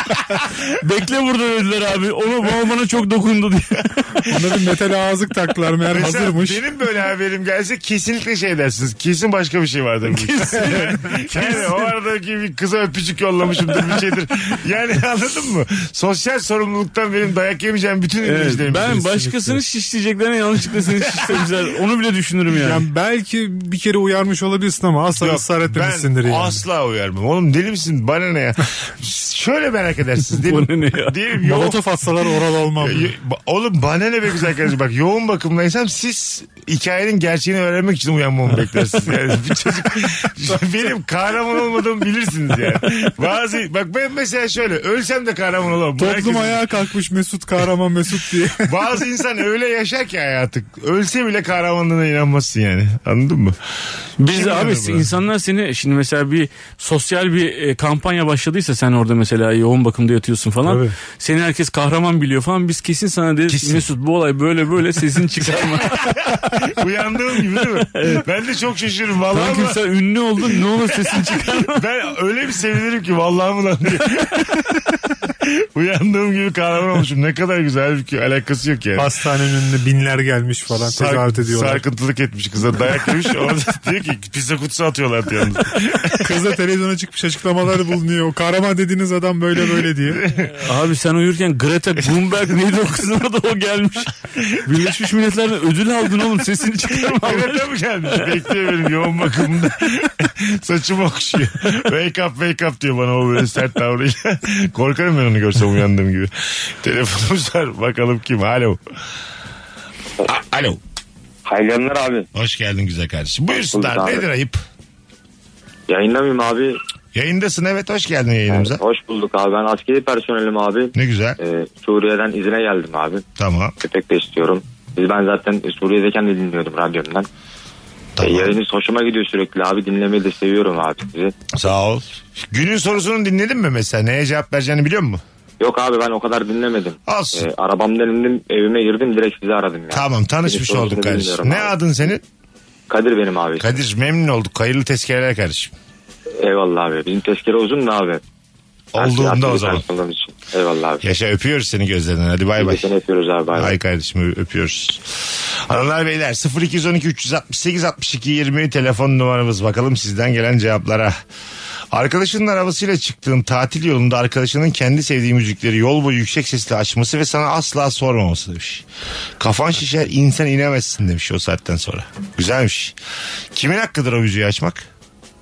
Bekle burada dediler abi. Onu o bana çok dokundu diye. Ona bir metal ağızlık taktılar meğer Mesela hazırmış. benim böyle haberim gelse kesinlikle şey dersiniz. Kesin başka bir şey vardır. Kesin. Yani o aradaki bir kıza öpücük yollamışımdır, bir şeydir. Yani anladın mı? Sosyal sorumluluktan benim dayak yemeyeceğim bütün dinleyicilerim. Ben başkasını şişleyeceklerine yanlışlıkla seni şişlemişler. Onu bile düşünürüm yani. Yani belki bir kere uyarmış olabilirsin ama asla Yok, ısrar etmemişsindir ben yani. asla uyarmam. Oğlum deli misin? Bana ne ya? Şöyle merak edersiniz. Diyelim, Bana ne ya? diyelim yoğun, Molotof atsalar oral olmam. Yo- oğlum bana ne be güzel kardeşim, bak yoğun bakımdaysam siz hikayenin gerçeğini öğrenmek için uyanmamı beklersiniz. Yani bir çocuk benim kahraman olmadığımı bilirsiniz yani. Bazı bak ben mesela şöyle ölsem de kahraman olamam. Toplum Herkesin- ayağa kalkmış Mesut kahraman Mesut diye. Bazı insan öyle yaşar ki hayatı. Ölse bile kahramanlığına inanmazsın yani. Anladın mı? Biz Kim abi inanır buna? insanlar seni şimdi mesela bir sosyal bir e, kampanya başladıysa sen orada mesela yoğun bakımda yatıyorsun falan. Tabii. Seni herkes kahraman biliyor falan. Biz kesin sana deriz Kesin. Mesut bu olay böyle böyle sesini çıkarma. Uyandığım gibi değil mi? Ben de çok şaşırırım. Vallahi Kankim ama sen ünlü oldun ne olur sesini çıkarma. ben öyle bir sevinirim ki vallahi mı lan diye. Uyandığım gibi kahraman olmuşum. Ne kadar güzel bir ki alakası yok yani. Hastanenin önüne binler gelmiş falan Sark- tezahürat ediyorlar. Sarkıntılık etmiş kıza dayak yemiş. Orada diyor ki pizza kutusu atıyorlar diyor. Kız da televizyona çıkmış açıklamaları bulunuyor. O kahraman dediğiniz adam böyle böyle diye. Abi sen uyurken Greta Thunberg neydi o kızın adı o gelmiş. Birleşmiş Milletler'den ödül aldın oğlum sesini çıkarma. Greta mı gelmiş? Bekliyor benim yoğun bakımında. Saçımı okşuyor. Wake up wake up diyor bana o böyle sert tavrıyla. Korkarım ben onu görsem uyandığım gibi. Telefonumuz var. Bakalım kim? Alo. A- Alo. Hayırlı abi. Hoş geldin güzel kardeşim. Buyursunlar. Hoş bulduk abi. Nedir ayıp? Yayınlamayayım abi. Yayındasın evet. Hoş geldin yayınımıza. Hoş bulduk abi. Ben askeri personelim abi. Ne güzel. Ee, Suriye'den izine geldim abi. Tamam. Köpek de istiyorum. Biz ben zaten Suriye'deyken de dinliyordum radyomdan. Tamam. Ee, yayınız hoşuma gidiyor sürekli abi. Dinlemeyi de seviyorum abi sizi. Sağ ol. Günün sorusunu dinledin mi mesela? Neye cevap vereceğini biliyor musun? Yok abi ben o kadar dinlemedim. Olsun. Ee, arabamdan indim evime girdim direkt sizi aradım yani. Tamam tanışmış Günün olduk sorusunu kardeşim. dinliyorum Ne abi. adın senin? Kadir benim abi. Kadir memnun olduk. Hayırlı tezkereler kardeşim. Eyvallah abi. Bizim tezkere uzun da abi. Olduğunda o zaman. Için. Eyvallah abi. Yaşa öpüyoruz seni gözlerinden. Hadi bay bay. Seni öpüyoruz abi. Bay bay. Ay kardeşim ö- öpüyoruz. Hanımlar beyler sıfır iki on iki üç altı sekiz altmış iki yirmi telefon numaramız. Bakalım sizden gelen cevaplara. Arkadaşının arabasıyla çıktığın tatil yolunda arkadaşının kendi sevdiği müzikleri yol boyu yüksek sesle açması ve sana asla sormaması demiş. Kafan şişer insan inemezsin demiş o saatten sonra. Güzelmiş. Kimin hakkıdır o müziği açmak?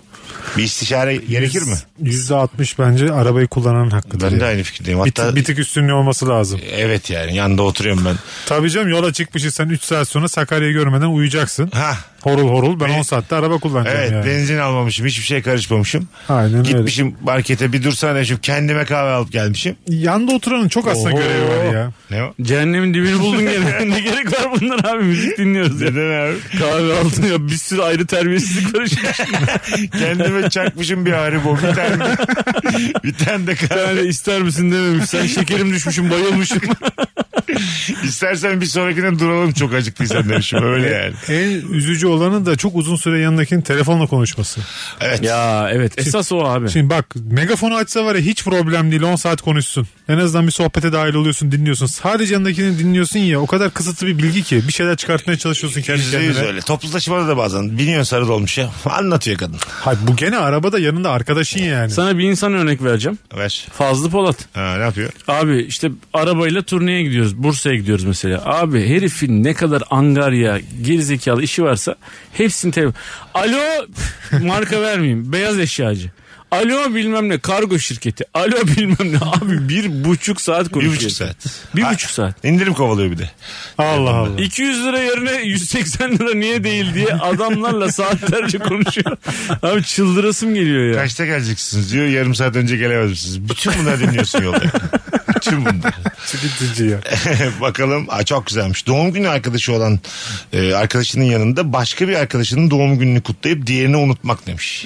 Bir istişare gerekir mi? yüzde altmış bence arabayı kullananın hakkıdır. Ben de yani. aynı fikirdeyim. Bir, Hatta bir tık üstünlüğü olması lazım. evet yani yanında oturuyorum ben. Tabii canım yola çıkmışız sen üç saat sonra Sakarya'yı görmeden uyuyacaksın. Ha. Horul horul ben Ben- on saatte araba kullanacağım Evet yani. benzin almamışım hiçbir şey karışmamışım. Aynen öyle. Gitmişim markete bir dursana demişim kendime kahve alıp gelmişim. Yanda oturanın çok aslında Oo. görevi var ya. Ne o? Cehennemin dibini buldun gene. Ne gerek var bunlar abi müzik dinliyoruz ya. Neden abi? Kahve altında ya bir sürü ayrı terbiyesizlik var işte. Kendime çakmışım bir haribo bir tane de, bir tane de Bir kahve. tane ister misin dememiş. Sen şekerim düşmüşüm bayılmışım. İstersen bir sonrakine duralım çok acıktıysan demişim öyle yani. En üzücü olanı da çok uzun süre yanındakinin telefonla konuşması. Evet. Ya evet esas o abi. Şimdi bak megafonu açsa var ya hiç problem değil on saat konuşsun. En azından bir sohbete dahil oluyorsun dinliyorsun. Sadece yanındakini dinliyorsun ya o kadar kısıtlı bir bilgi ki bir şeyler çıkartmaya çalışıyorsun kendi Yüzde yüz kendine. öyle. Toplu taşımada da bazen biniyorsun sarı dolmuş ya. Anlatıyor kadın. Hayır, bu gene arabada yanında arkadaşın yani. Sana bir insan örnek vereceğim. Ver. Fazlı Polat. Ha, ne yapıyor? Abi işte arabayla turneye gidiyoruz. Bursa'ya gidiyoruz mesela. Abi herifin ne kadar angarya, gerizekalı işi varsa hepsini telefon. Alo marka vermeyeyim. Beyaz eşyacı. Alo bilmem ne kargo şirketi. Alo bilmem ne. Abi bir buçuk saat Bir konuşuyor. buçuk saat. Bir Ha, buçuk saat. İndirim kovalıyor bir de. Allah Allah. iki yüz lira yerine yüz seksen lira niye değil diye adamlarla saatlerce konuşuyor. Abi çıldırasım geliyor ya. Kaçta geleceksiniz diyor. Yarım saat önce gelemez misiniz? Bütün bunları dinliyorsun yolda. Bütün bunları. Sıkıntıcı ya. Bakalım. Aa, çok güzelmiş. Doğum günü arkadaşı olan e, arkadaşının yanında başka bir arkadaşının doğum gününü kutlayıp diğerini unutmak demiş.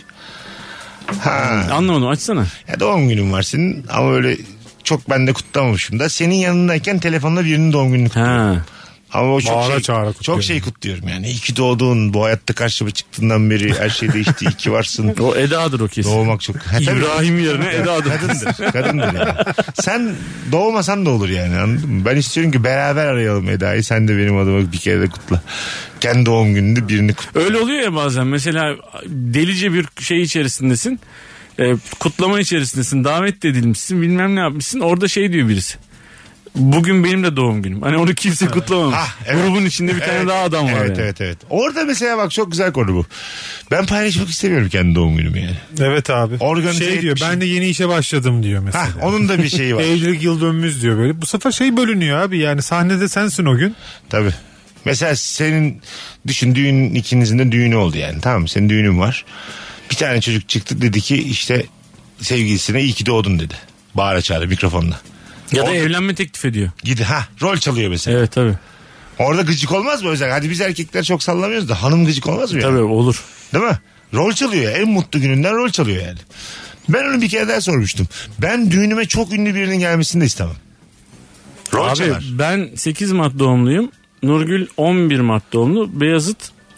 Ha. Anlamadım açsana. Ya doğum günün var senin ama öyle çok ben de kutlamamışım da. Senin yanındayken telefonla birinin doğum gününü kutluyorum. Ha. Ama o çok Bağıra şey, çağıra kutluyorum. çok şey kutluyorum yani. İyi ki doğdun. Bu hayatta karşıma çıktığından beri her şey değişti. İyi ki varsın. O Eda'dır o kesin. Doğmak çok... Ha, tabii. İbrahim yerine Eda'dır. Kadındır. Kadındır yani. Sen doğmasan da olur yani anladın mı? Ben istiyorum ki beraber arayalım Eda'yı. Sen de benim adıma bir kere de kutla. Kendi doğum gününde birini kutla. Öyle oluyor ya bazen. Mesela delice bir şey içerisindesin. E, kutlama içerisindesin. Davet de edilmişsin. Bilmem ne yapmışsın. Orada şey diyor birisi. Bugün benim de doğum günüm. Hani onu kimse kutlamamış. Ha, evet. Grubun içinde bir tane Evet. daha adam var Evet yani. evet evet. Orada mesela bak çok güzel konu bu. Ben paylaşmak istemiyorum kendi doğum günümü yani. Evet abi. Organize şey diyor etmişim. ben de yeni işe başladım diyor mesela. Ha, onun da bir şeyi var. Evlilik yıl dönümümüz diyor böyle. Bu sefer şey bölünüyor abi yani sahnede sensin o gün. Tabii. Mesela senin düşün düğün ikinizin de düğünü oldu yani tamam mı? Senin düğünün var. Bir tane çocuk çıktı dedi ki işte sevgilisine iyi ki doğdun dedi. Bağıra çağıra mikrofonla. Ya da Orada- evlenme teklif ediyor. Gidi ha rol çalıyor mesela. Evet tabii. Orada gıcık olmaz mı özel? Hadi biz erkekler çok sallamıyoruz da hanım gıcık olmaz mı? Yani? Tabii olur. Değil mi? Rol çalıyor. En mutlu gününden rol çalıyor yani. Ben onu bir kere daha sormuştum. Ben düğünüme çok ünlü birinin gelmesini de istemem. Rol Abi çalar. ben sekiz Mart doğumluyum. Nurgül on bir Mart doğumlu. Beyazıt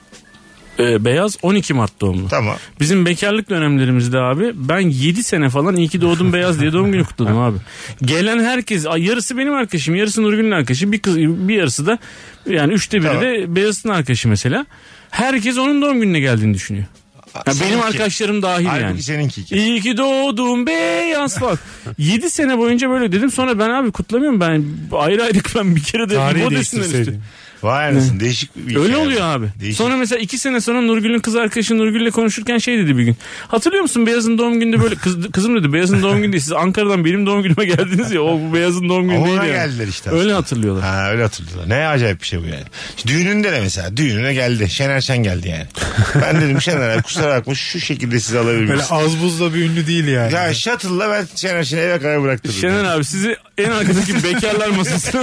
e, Beyaz on iki Mart doğumlu. Tamam. Bizim bekarlık dönemlerimizde abi ben yedi sene falan iyi ki doğdum Beyaz diye doğum günü kutladım abi. Gelen herkes yarısı benim arkadaşım, yarısı Nurgül'ün arkadaşı, bir kız bir yarısı da yani üçte biri Tamam. de Beyazıt'ın arkadaşı mesela. Herkes onun doğum gününe geldiğini düşünüyor. Ya benim Seninki. arkadaşlarım dahil Halbuki yani. seninki. İyi ki doğdum Beyaz falan. yedi sene boyunca böyle dedim, sonra ben abi kutlamıyorum, ben ayrı ayrı ben bir kere de Tarihi limon değiştirseydin. üstünden Vay anasın değişik bir Öyle hikaye. oluyor abi. Değişik. Sonra mesela iki sene sonra Nurgül'ün kız arkadaşı Nurgül'le konuşurken şey dedi bir gün. Hatırlıyor musun Beyaz'ın doğum gününde böyle kız, kızım dedi Beyaz'ın doğum günü değil. Siz Ankara'dan benim doğum günüme geldiniz ya. O bu Beyaz'ın doğum günü Ona değil yani. geldiler işte Öyle aslında. hatırlıyorlar. Ha öyle hatırlıyorlar. Ne acayip bir şey bu yani. İşte düğününde de mesela düğününe geldi. Şener Şen geldi yani. Ben dedim Şener abi kusura bakma şu şekilde sizi alabilir Böyle miyiz? az buzda bir ünlü değil yani. Ya shuttle'la ben Şener Şen'i eve kadar bıraktım. Şener abi sizi en arkadaki bekarlar masasına.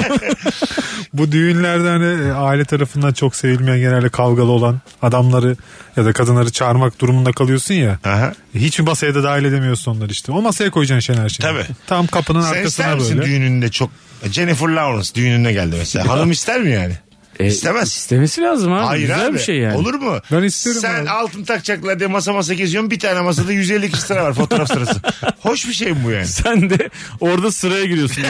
Bu düğünlerde hani e, aile tarafından çok sevilmeyen, genelde kavgalı olan adamları ya da kadınları çağırmak durumunda kalıyorsun ya. Aha. Hiçbir masaya da dahil edemiyorsun onları işte. O masaya koyacaksın Şener Şen'i. Tabii. Tam kapının Sen arkasına ister misin böyle. düğününde çok Jennifer Lawrence düğününe geldi mesela. Hanım ister mi yani? E, İstemez. İstemesi lazım abi. Hayır Güzel abi. bir şey yani. Olur mu? Ben istiyorum Sen abi. altın takacaklar diye masa masa geziyorsun. Bir tane masada yüz elli kişi sıra var fotoğraf sırası. Hoş bir şey mi bu yani? Sen de orada sıraya giriyorsun.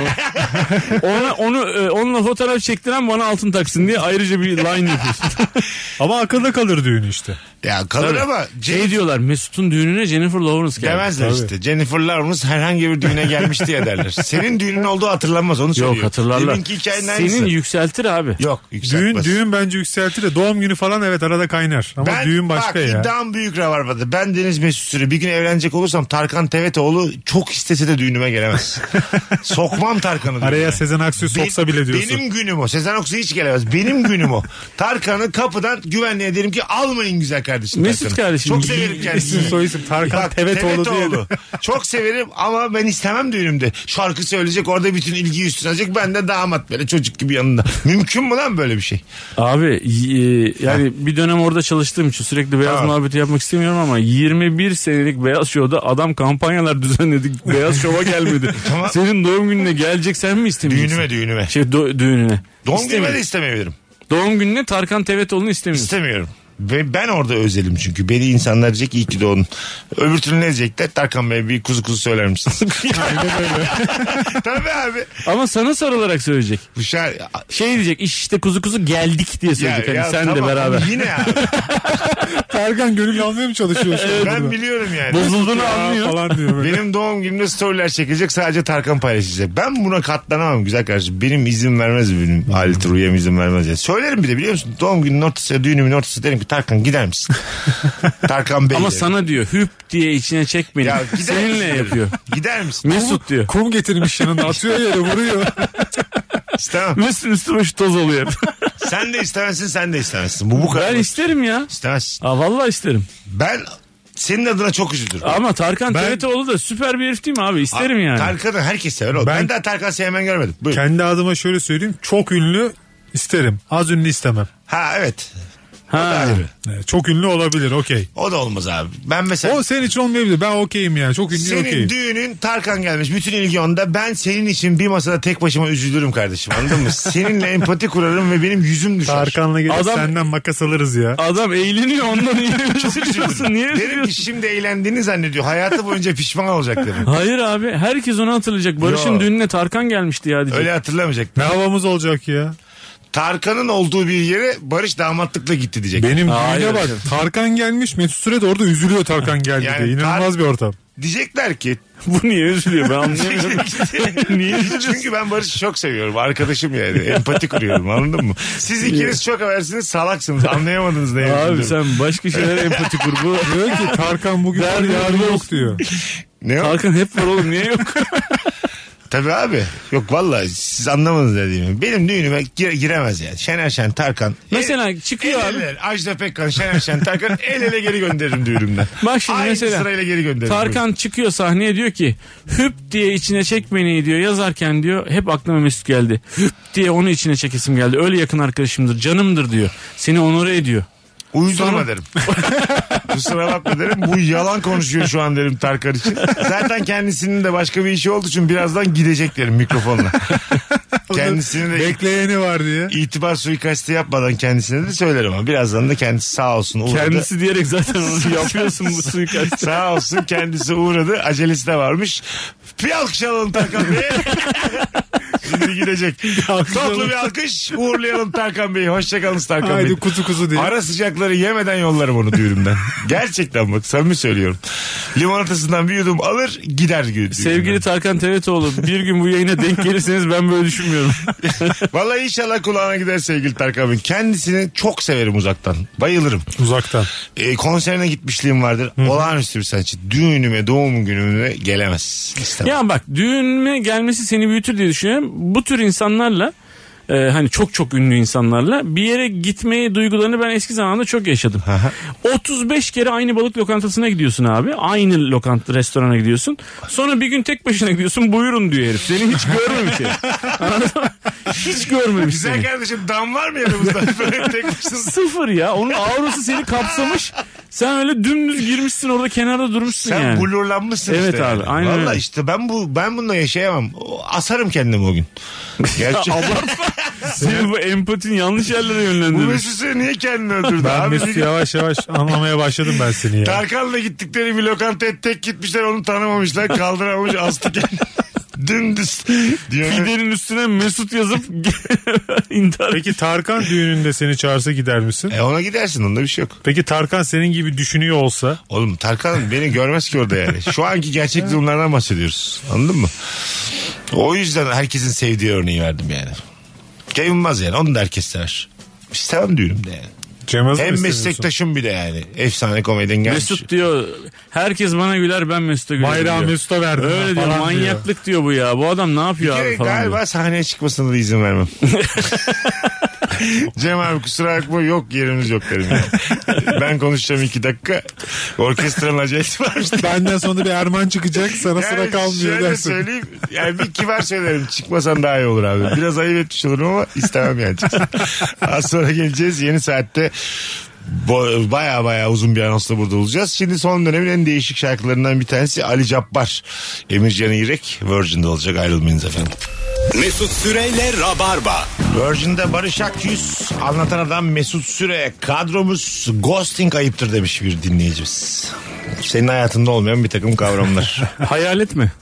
Ona, onu, e, onunla fotoğraf çektiren bana altın taksın diye ayrıca bir line yapıyorsun. Ama akılda kalır düğün işte. Ya kalır Tabii. ama Şey diyorlar Mesut'un düğününe Jennifer Lawrence geldi. demezler Tabii. işte. Jennifer Lawrence herhangi bir düğüne gelmiş diye derler. Senin düğünün olduğu hatırlanmaz onu söylüyor. Yok hatırlarlar. Deminki hikayenin Senin aynısı. yükseltir abi. Yok Düğün yükseltmez. düğün bence yükseltir de doğum günü falan evet arada kaynar. Ama Ben, düğün başka bak, ya. iddiam büyük Rabarba'da. Ben Deniz Mesut Süre bir gün evlenecek olursam Tarkan Tevetoğlu çok istese de düğünüme gelemez. Sokmam Tarkan'ı düğünüme. Araya Sezen Aksu'yu soksa bile diyorsun. Benim günüm o. Sezen Aksu hiç gelemez. Benim günüm o. Tarkan'ı kapıdan güvenliğe derim ki almayın güzel kardeşim Mesut Tarkan'ı. kardeşim, Çok iyi- severim İsim kendisini. soy isim Tarkan Bak, Tevetoğlu diye. Tevetoğlu. Çok severim ama ben istemem düğünümde. Şarkı söyleyecek orada bütün ilgiyi üstüne alacak. Ben de damat böyle çocuk gibi yanında. Mümkün mü lan böyle bir şey? Abi e, yani bir dönem orada çalıştığım için sürekli beyaz Tamam. muhabbeti yapmak istemiyorum ama yirmi bir senelik Beyaz Show'da adam kampanyalar düzenledik. Beyaz Show'a gelmedi. Tamam. Senin doğum gününe gelecek, sen mi istemiyorsun? Düğünüme düğünüme. Şey do- düğününe. Doğum günüme İstemiyorum. de istemeyebilirim. Doğum gününe Tarkan Tevetoğlu'nu istemiyorsun. İstemiyorum. Ve ben orada özelim çünkü. Beni insanlar diyecek iyi ki doğdun. Öbür türlü ne diyecekler? Tarkan Bey bir kuzu kuzu söyler misin? Tabii abi. Ama sana sorularak söyleyecek. Bu şarkı... Şey diyecek, iş işte kuzu kuzu geldik diye söyleyecek. hani sen de beraber. Yine abi. Tarkan gönül almaya mı çalışıyor şu an Ben burada? biliyorum yani. Bozulduğunu Aa, anlıyor. falan diyor böyle. Benim doğum günümde storyler çekilecek, sadece Tarkan paylaşacak. Ben buna katlanamam güzel kardeşim. Benim izin vermez, benim Halit Rüyem izin vermez. Yani. Söylerim bir de biliyor musun? Doğum gününün ortası, düğünümün ortası derim ki Tarkan gider misin? Tarkan Bey. Ama derim. sana diyor hüp diye içine çek beni. Ya gider Seninle misin? yapıyor. Gider misin? Mesut diyor. Kum getirmiş yanında atıyor yere vuruyor. İstemem. Mesut üstü başı toz oluyor. Sen de istemezsin, sen de istemezsin. Bu bu kadar. Ben isterim ya. İstemezsin. Aa, vallahi isterim. Ben senin adına çok üzülürüm. Ama Tarkan Ben- Tevetoğlu da süper bir herif değil mi abi? İsterim yani. Tarkan'ı herkes sever oğlum. Ben, Ben- daha Tarkan sevmen görmedim. Buyur. Kendi adıma şöyle söyleyeyim. Çok ünlü isterim. Az ünlü istemem. Ha evet. O da Ha. ayrı. Evet, çok ünlü olabilir okey. O da olmaz abi. Ben mesela... O senin için olmayabilir. Ben okeyim yani. Çok ünlü Senin okeyim. düğünün Tarkan gelmiş. Bütün ilgi onda. Ben senin için bir masada tek başıma üzülürüm kardeşim. Anladın mı? Seninle empati kurarım ve benim yüzüm düşer. Tarkan'la gelip Adam- senden makas alırız ya. Adam eğleniyor, ondan iyi Üzülürüm. üzülüyorsun. Niye Derim ki üzülüyorsun? şimdi eğlendiğini zannediyor. Hayatı boyunca pişman olacak derim. Hayır abi, herkes onu hatırlayacak. Barış'ın Yo. düğününe Tarkan gelmişti ya diyecek. Öyle hatırlamayacak. Ne havamız olacak ya. Tarkan'ın olduğu bir yere Barış damatlıkla gitti diyecek. Benim Hayır. düğüne bak. Tarkan gelmiş. Mesut Süre de orada üzülüyor Tarkan geldi Yani diye. İnanılmaz Tar- bir ortam. Diyecekler ki Bu niye üzülüyor ben anlayamıyorum. Niye üzülüyorsun? çünkü ben Barış'ı çok seviyorum. Arkadaşım yani. Empati kuruyorum, anladın mı? Siz ikiniz çok haversiniz, salaksınız. Anlayamadınız ne Abi yapıyorum. sen başka şeyler empati kur. Bu Diyor ki Tarkan bugün var Derdi yarın yok. yok diyor. Ne o? Tarkan hep var oğlum, niye yok? Tabii abi. Yok vallahi siz anlamadınız dediğimi. Benim düğünüme gire- giremez yani. Şener Şen, Tarkan. Mesela el, çıkıyor el abi. ele, Ajda Pekkan, Şener Şen, Tarkan el ele geri gönderirim düğünümden. Bak şimdi Aynı mesela sırayla geri gönderirim. Tarkan çıkıyor sahneye diyor ki hüp diye içine çek beni diyor yazarken diyor hep aklıma Mesut geldi. Hüp diye onu içine çekesim geldi. Öyle yakın arkadaşımdır, canımdır diyor. Seni onore ediyor. Uydurma Sonra- derim. Kusura bakma derim. Bu yalan konuşuyor şu an derim Tarkan için. Zaten kendisinin de başka bir işi olduğu için birazdan gidecek derim mikrofonla. Kendisini de Bekleyeni var diye. itibar suikastı yapmadan kendisine de söylerim ama birazdan da kendisi sağ olsun uğradı. Kendisi diyerek zaten onu yapıyorsun bu suikastı. Sağ olsun kendisi uğradı. Acelesi de varmış. Bir alkış alalım Tarkan Bey'e. Şimdi gidecek. Toplu bir alkış. Uğurlayalım Tarkan Bey'i. Hoşçakalın Tarkan Bey. Haydi kuzu kuzu diye. Ara sıcakları yemeden yollarım onu düğünümden. Gerçekten bak samimi söylüyorum. Limonatasından bir yudum alır gider düğünümden. Sevgili Tarkan Tevetoğlu bir gün bu yayına denk gelirseniz ben böyle düşünmüyorum. Vallahi inşallah kulağına gider sevgili Tarkan Bey. Kendisini çok severim uzaktan. Bayılırım. Uzaktan. E, konserine gitmişliğim vardır. Olağanüstü bir sanatçı. Düğünüme, doğum günüme gelemez. İstemem. Ya bak düğünüme gelmesi seni büyütür diye düşünüyorum. Bu tür insanlarla e, hani çok çok ünlü insanlarla bir yere gitmeyi duygularını ben eski zamanda çok yaşadım. otuz beş kere aynı balık lokantasına gidiyorsun abi. Aynı lokanta restorana gidiyorsun. Sonra bir gün tek başına gidiyorsun buyurun diyor herif. Seni hiç görmemiş herif. Anladın mı? Hiç görmemiş Güzel seni. kardeşim dam var mı yanımızda? Böyle tek başına. Sıfır ya. Onun aurası seni kapsamış. Sen öyle dümdüz girmişsin orada kenarda durmuşsun Sen yani. blurlanmışsın Evet işte. abi, yani. aynen Vallahi öyle. işte ben bu ben bununla yaşayamam. O- Asarım kendimi o gün. Gerçekten. Senin bu empatin yanlış yerlere Bu yönlendirir. Mesut Süre niye kendini öldürdü? Ben Abi Mesut yavaş yavaş anlamaya başladım ben seni ya. Tarkan'la gittikleri bir lokantaya tek gitmişler onu tanımamışlar kaldıramamış astı kendini. Dümdüz diyor. Pidenin üstüne Mesut yazıp intihar. Peki Tarkan düğününde seni çağırsa gider misin? E ona gidersin onda bir şey yok. Peki Tarkan senin gibi düşünüyor olsa? Oğlum Tarkan beni görmez ki orada yani. Şu anki gerçek durumlardan bahsediyoruz. Anladın mı? O yüzden herkesin sevdiği örneği verdim yani. Cem Yılmaz yani. Onu da herkes sever. İstemem düğünümde yani. Cem Yılmaz mı Hem istemiyorsun? meslektaşım bir de yani. Efsane komedyen gelmiş. Mesut diyor herkes bana güler ben Mesut'a gülerim Bayrağı diyor. Mesut'a verdim Öyle ben diyor falan manyaklık diyor. bu ya. Bu adam ne yapıyor Bir abi kere falan galiba diyor. sahneye çıkmasına da izin vermem. Cem abi kusura bakma yok yerimiz yok derim yani. Ben konuşacağım iki dakika. Orkestranın acelesi varmış. Benden sonra bir Erman çıkacak sana sıra kalmıyor şöyle dersin. söyleyeyim. Yani bir kibar söylerim. Çıkmasan daha iyi olur abi. Biraz ayıp etmiş olurum ama istemem yani. Az sonra geleceğiz. Yeni saatte Bo- baya baya uzun bir anonsla burada olacağız. Şimdi son dönemin en değişik şarkılarından bir tanesi Ali Cabbar. Emircan İrek Virgin'de olacak, ayrılmayınız efendim. Mesut Süreyle Rabarba. Virgin'de Barış Akyüz, anlatan adam Mesut Süre. Kadromuz ghosting ayıptır demiş bir dinleyicimiz. Senin hayatında olmayan bir takım kavramlar. Hayalet mi?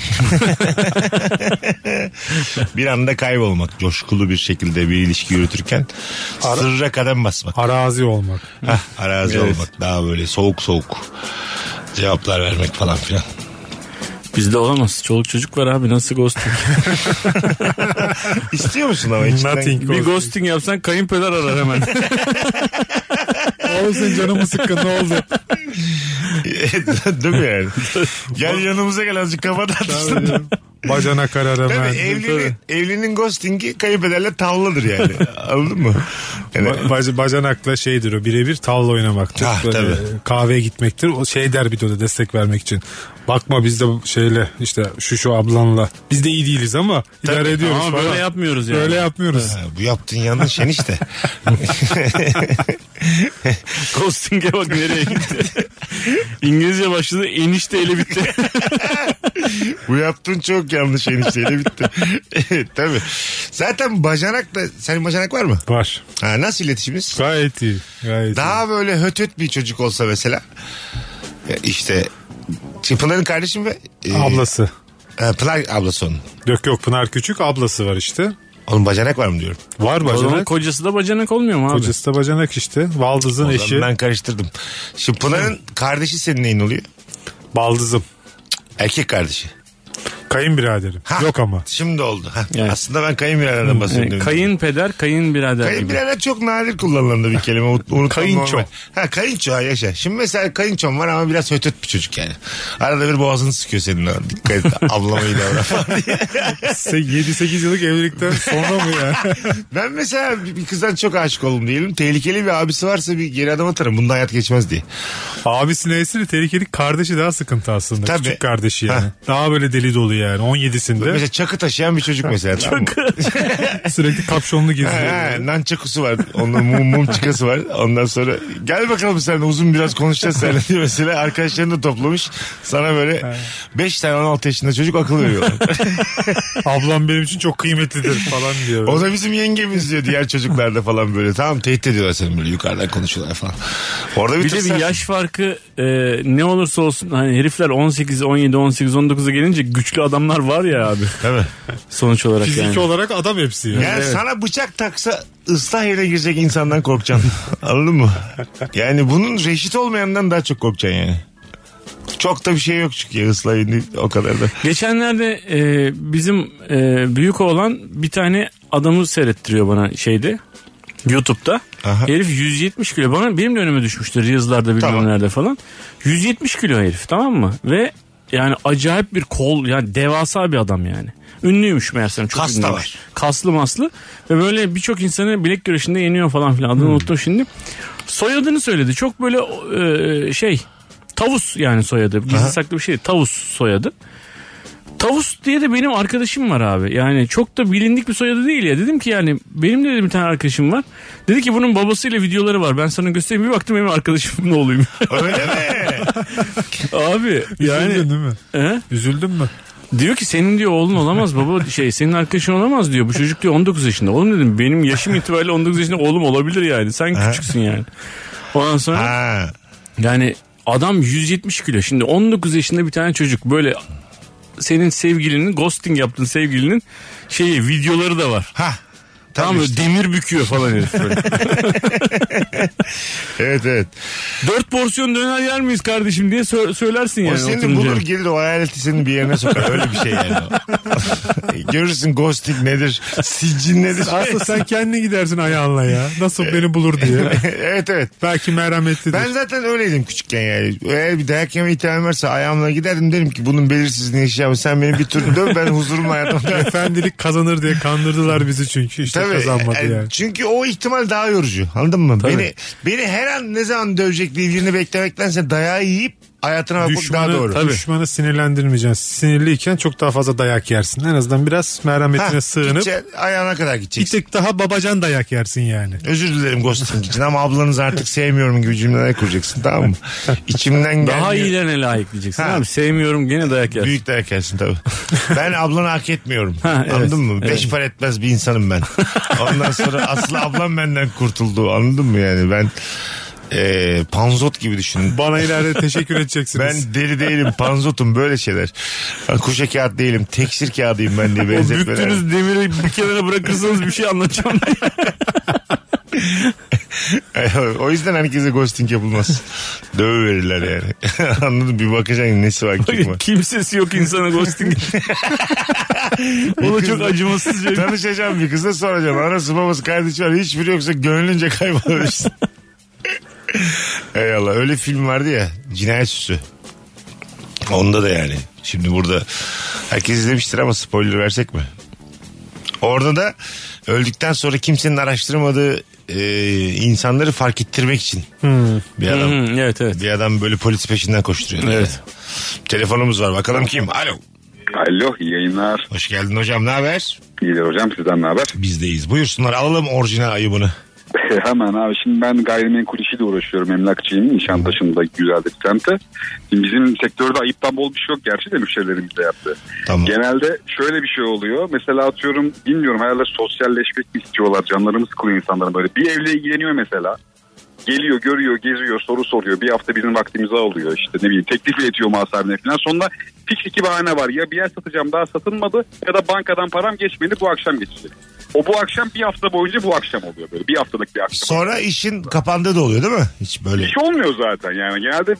Bir anda kaybolmak, coşkulu bir şekilde bir ilişki yürütürken sırra kadem basmak. Arazi olmak. Hah, arazi olmak, daha böyle soğuk soğuk cevaplar vermek falan filan. Bizde olamaz. Çoluk çocuk var abi nasıl ghosting? İstiyor musun ama içinden? Nothing. Bir ghosting yapsan kayınpeder arar hemen. Olsun canımı sıkkın ne oldu? Değil mi yani? Gel yanımıza gel azıcık kafa dağıtırsın. Bacana karar Tabii hemen. evliliğin, evliliğin ghostingi kayınpederle tavladır yani. Anladın mı? Yani, Ba- bac- bacanakla şeydir o birebir tavla oynamaktır. Ah, Böyle tabii. kahveye gitmektir. O şey der bir de o da destek vermek için. Bakma biz de şeyle işte şu şu ablanla biz de iyi değiliz ama idare ediyoruz Ama falan. böyle yapmıyoruz yani. Böyle yapmıyoruz. ha, bu yaptığın yanlış enişte. Ghosting'e bak nereye gitti. İngilizce başladı enişteyle bitti. Bu yaptığın çok yanlış enişteyle bitti. Tabii. Zaten bacanak da, senin bacanak var mı? Var. Ha, nasıl iletişiminiz? Gayet iyi. Gayet iyi. Daha böyle hötöt bir çocuk olsa mesela. Ya işte Pınar'ın kardeşim ve e, Ablası. Ha, Pınar ablası onun. Yok yok Pınar Küçük ablası var işte. Onun bacanak var mı diyorum. Var O zaman bacanak. kocası da bacanak olmuyor mu abi? Kocası da bacanak işte. Baldızın O eşi. zaman ben karıştırdım. Şimdi Pınar'ın kardeşi senin neyin oluyor? Baldızım. Erkek kardeşi. Kayınbiraderim. Ha, yok ama. Şimdi oldu. Ha, Evet. Aslında ben kayınbiraderden bahsediyorum. Yani kayınpeder, kayınbirader gibi. Kayınbirader çok nadir kullanılan da bir kelime. Unutmam Kayınço. normal. Ha kayınço ha, yaşa. Şimdi mesela kayınçom var ama biraz hötöt bir çocuk yani. Arada bir boğazını sıkıyor senin. Dikkat et ablamayı davran falan diye. yedi sekiz yıllık evlilikten sonra mı ya? Ben mesela bir kızdan çok aşık oldum diyelim. Tehlikeli bir abisi varsa bir geri adım atarım. Bunda hayat geçmez diye. Abisi neyse tehlikeli, kardeşi daha sıkıntı aslında. Tabii. Küçük kardeşi yani. Ha. Daha böyle deli dolu yani. on yedisinde Mesela çakı taşıyan bir çocuk mesela. Tamam mı? sürekli kapşonlu geziyor. Ha, ha, nançakusu var. Onun mum, mum çıkası var. Ondan sonra gel bakalım sen uzun biraz konuşacağız seninle diye mesela arkadaşlarını da toplamış. Sana böyle beş tane on altı yaşında çocuk akıl veriyor. Ablam benim için çok kıymetlidir falan diyor. O da bizim yengemiz diyor diğer çocuklarda falan böyle. Tamam tehdit ediyorlar seni böyle yukarıdan konuşuyorlar falan. Orada bir, Bir de bir yaş farkı e, ne olursa olsun hani herifler on sekiz, on yedi, on sekiz, on dokuza gelince güçlü adamlar var ya abi. Tabii. Sonuç olarak Fiziki yani. olarak adam hepsi yani. Yani sana bıçak taksa ıslah yerine girecek insandan korkacaksın. Anladın mı? Yani bunun reşit olmayandan daha çok korkacaksın yani. Çok da bir şey yok çünkü ıslah yerine o kadar da. Geçenlerde e, bizim e, büyük oğlan bir tane adamı seyrettiriyor bana şeyde. YouTube'da. Aha. Herif yüz yetmiş kilo. Bana benim de önüme düşmüştü. Reels'larda bilmem Tamam. nerede falan. yüz yetmiş kilo herif, tamam mı? Ve yani acayip bir kol, yani devasa bir adam yani. Ünlüymüş meğersem, çok Kas da ünlüymüş. var. Kaslı maslı ve böyle birçok insanı bilek güreşinde yeniyor falan filan. Adını hmm. unuttum şimdi. Soyadını söyledi. Çok böyle e, şey Tavus yani soyadı. Gizli Aha. saklı bir şey. Tavus soyadı. Tavus diye de benim arkadaşım var abi. Yani çok da bilindik bir soyadı değil ya. Dedim ki yani benim de bir tane arkadaşım var. Dedi ki bunun babasıyla videoları var. Ben sana göstereyim. Bir baktım benim arkadaşımın oğluyum. Öyle mi? Abi yani. Üzüldün değil mi? He? Üzüldün mü? Diyor ki senin diyor oğlun olamaz baba, şey senin arkadaşın olamaz diyor. Bu çocuk diyor on dokuz yaşında. Oğlum dedim benim yaşım itibariyle on dokuz yaşında oğlum olabilir yani. Sen küçüksün yani. Ondan sonra Ha. yani adam yüz yetmiş kilo. Şimdi on dokuz yaşında bir tane çocuk böyle senin sevgilinin, ghosting yaptığın sevgilinin şeyi videoları da var. Ha. Tamam mı? işte. Demir büküyor falan herif böyle. Evet evet. Dört porsiyon döner yer miyiz kardeşim diye sö- söylersin yani. O seni oturunca. bulur gelir o hayaleti senin bir yerine sokar. Öyle bir şey yani. Görürsün ghosting nedir? Siccin nedir? Aslında sen kendin gidersin ayağınla ya. Nasıl beni bulur diye. Evet evet. Belki merhametlidir. Ben zaten öyleydim küçükken yani. Eğer bir dayak yeme ihtimali varsa ayağımla giderdim, derim ki bunun belirsizliğini yaşayacağım. Sen beni bir tur döv, ben huzurumla hayatımda. Efendilik kazanır diye kandırdılar bizi çünkü. İşte Tabii. kazanmadı Yani yani. Çünkü o ihtimal daha yorucu. Anladın mı? Tabii. Beni beni her an ne zaman dövecek diye birini beklemektense dayağı yiyip hayatına bakmak daha Düşmanı, doğru. Tabii. düşmanı sinirlendirmeyeceksin. Sinirliyken çok daha fazla dayak yersin. En azından biraz merhametine Ha, sığınıp gideceksin, ayağına kadar bir gideceksin. tık daha babacan dayak yersin yani. Özür dilerim ghosting için ama ablanızı artık sevmiyorum gibi cümleler kuracaksın, tamam mı? İçimden Daha gelmiyor. iyilerine layık diyeceksin Ha. abi. Sevmiyorum gene dayak yersin. Büyük dayak yersin tabii. Ben ablanı hak etmiyorum. Ha, evet, Anladın mı? evet. Beş para etmez bir insanım ben. Ondan sonra asıl ablam benden kurtuldu. Anladın mı yani? Ben e, panzot gibi düşünün. Bana ileride teşekkür edeceksiniz. Ben deli değilim, panzotum, böyle şeyler. Ben kuşa kağıt değilim, teksir kağıdıyım ben diye O benzetmeler. büktüğünüz demiri bir kenara bırakırsanız bir şey anlatacağım. O yüzden herkese ghosting yapılmaz. Dövüverirler yani. Anladın mı? Bir bakacaksın nesi var, kim var. Kimsesi yok insana ghosting. O da çok acımasızca. Tanışacağım bir kızla, soracağım. Anası babası kardeşi var. Hiçbiri yoksa gönlünce kaybolursun. Eyvallah. Öyle film vardı ya. Cinayet Süsü. Onda da yani. Şimdi burada herkes izlemiştir ama spoiler versek mi? Orada da öldükten sonra kimsenin araştırmadığı e, insanları fark ettirmek için Hmm. bir adam. Hmm, evet evet. Bir adam böyle polis peşinden koşturuyor. Evet. Telefonumuz var. Bakalım kim? Alo. Alo, iyi yayınlar. Hoş geldin hocam. Ne haber? İyidir hocam, sizden ne haber? Bizdeyiz. Buyursunlar. Alalım orijinal ayıbını. Hemen abi, şimdi ben gayrimenkul işiyle uğraşıyorum, emlakçıyım. Nişantaşı'nda güzel bir semte. Şimdi bizim sektörde ayıptan bol bir şey yok gerçi de, müşterilerimiz de yaptı. Tamam. Genelde şöyle bir şey oluyor. Mesela atıyorum, bilmiyorum, hayaller sosyalleşmek mi istiyorlar? Canlarımı sıkılıyor insanların böyle. Bir evle ilgileniyor mesela. Geliyor, görüyor, geziyor, soru soruyor. Bir hafta bizim vaktimizi alıyor. İşte ne bileyim, teklif iletiyor mal sahibine falan. Sonra fix iki bahane var. Ya bir yer satacağım, daha satılmadı, ya da bankadan param geçmedi, bu akşam geçecek. O bu akşam bir hafta boyunca bu akşam oluyor böyle. Bir haftalık bir akşam. Sonra işin kapandığı da oluyor değil mi? Hiç böyle. Hiç olmuyor zaten yani. Genelde bu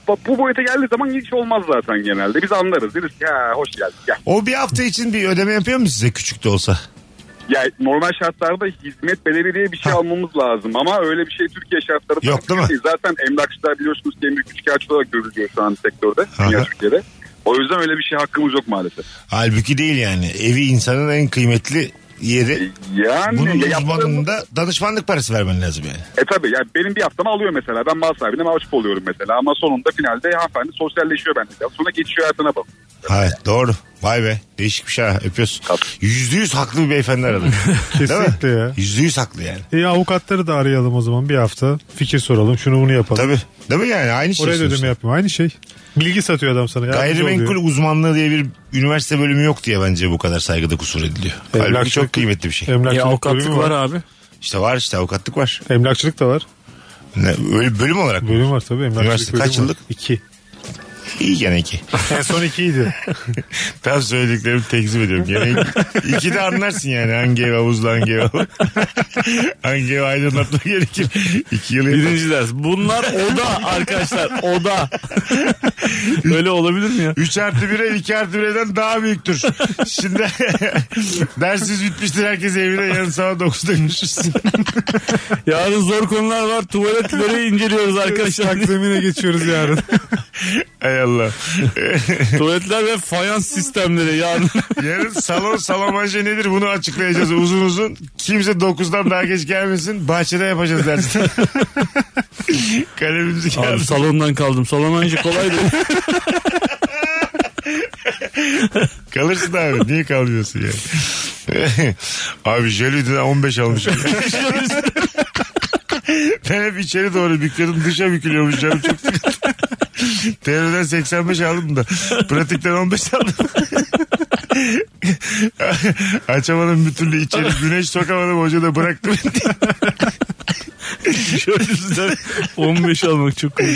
bu boyuta geldiği zaman hiç olmaz zaten genelde. Biz anlarız. Deriz ki ha, hoş geldin gel. O bir hafta için bir ödeme yapıyor mu size küçük de olsa? Ya normal şartlarda hizmet bedeli diye bir şey ha. almamız lazım ama öyle bir şey Türkiye şartlarında yok değil mi? Değil. Zaten emlakçılar biliyorsunuz ki en büyük üçkağıtçı olarak görülüyor şu an sektörde. Dünya Türkiye'de. O yüzden öyle bir şey hakkımız yok maalesef. Halbuki değil yani. Evi insanın en kıymetli yeri. Yani bunun uzmanında yaptığım... danışmanlık parası vermen lazım yani. E tabi yani benim bir haftamı alıyor mesela. Ben mal sahibine mahcup oluyorum mesela. Ama sonunda finalde hanımefendi sosyalleşiyor benden. Sonra geçiyor hayatına bak. Hayır doğru. Vay be. Değişik bir şey ha. Öpüyorsun. Yüzde yüz haklı bir beyefendi aradı. Kesinlikle ya. Yüzde yüz haklı yani. E avukatları da arayalım o zaman bir hafta. Fikir soralım. Şunu bunu yapalım. Tabii. Değil mi yani? Aynı şey. Oraya da ödeme yapmıyor. Aynı şey. Bilgi satıyor adam sana. Gayrimenkul uzmanlığı diye bir üniversite bölümü yok diye bence bu kadar saygıda kusur ediliyor. Halbuki çok kıymetli bir şey. Ya avukatlık var abi. İşte var işte avukatlık var. Emlakçılık da var. Ne, öyle bölüm olarak mı? Bölüm var tabii. Üniversite kaç yıllık? İki. İyi gene iki. En son ikiydi. Tam söylediklerimi tekzip ediyorum. Gene iki, iki de anlarsın yani hangi ev havuzlu hangi ev havuzlu. Hangi ev aydınlatma gerekir. İki yıl yapar. Birinci ders. Bunlar oda arkadaşlar. Oda. Öyle olabilir mi ya? Üç artı bir ev iki artı bir evden daha büyüktür. Şimdi dersiz bitmiştir herkes evine yarın sabah dokuzda görüşürsün. Yarın zor konular var. Tuvaletleri inceliyoruz arkadaşlar. Takzemine geçiyoruz yarın. Hay Allah. Tuvaletler ve fayans sistemleri yarın. Yarın salon salamanje nedir bunu açıklayacağız uzun uzun. Kimse dokuzdan daha geç gelmesin. Bahçede yapacağız dersin. Kalemimizi geldi. Abi salondan kaldım. Salamanje kolaydı. Kalırsın abi. Niye kalmıyorsun yani? Abi jelüden on beş almışım. Ben hep içeri doğru büklüyordum. Dışa bükülüyormuş canım çok sıkıntı. Teoriden seksen beş aldım da pratikten on beş aldım. Açamadım bir türlü içeri. Güneş sokamadım, hoca da bıraktı beni. Şöyle on beş almak çok komik.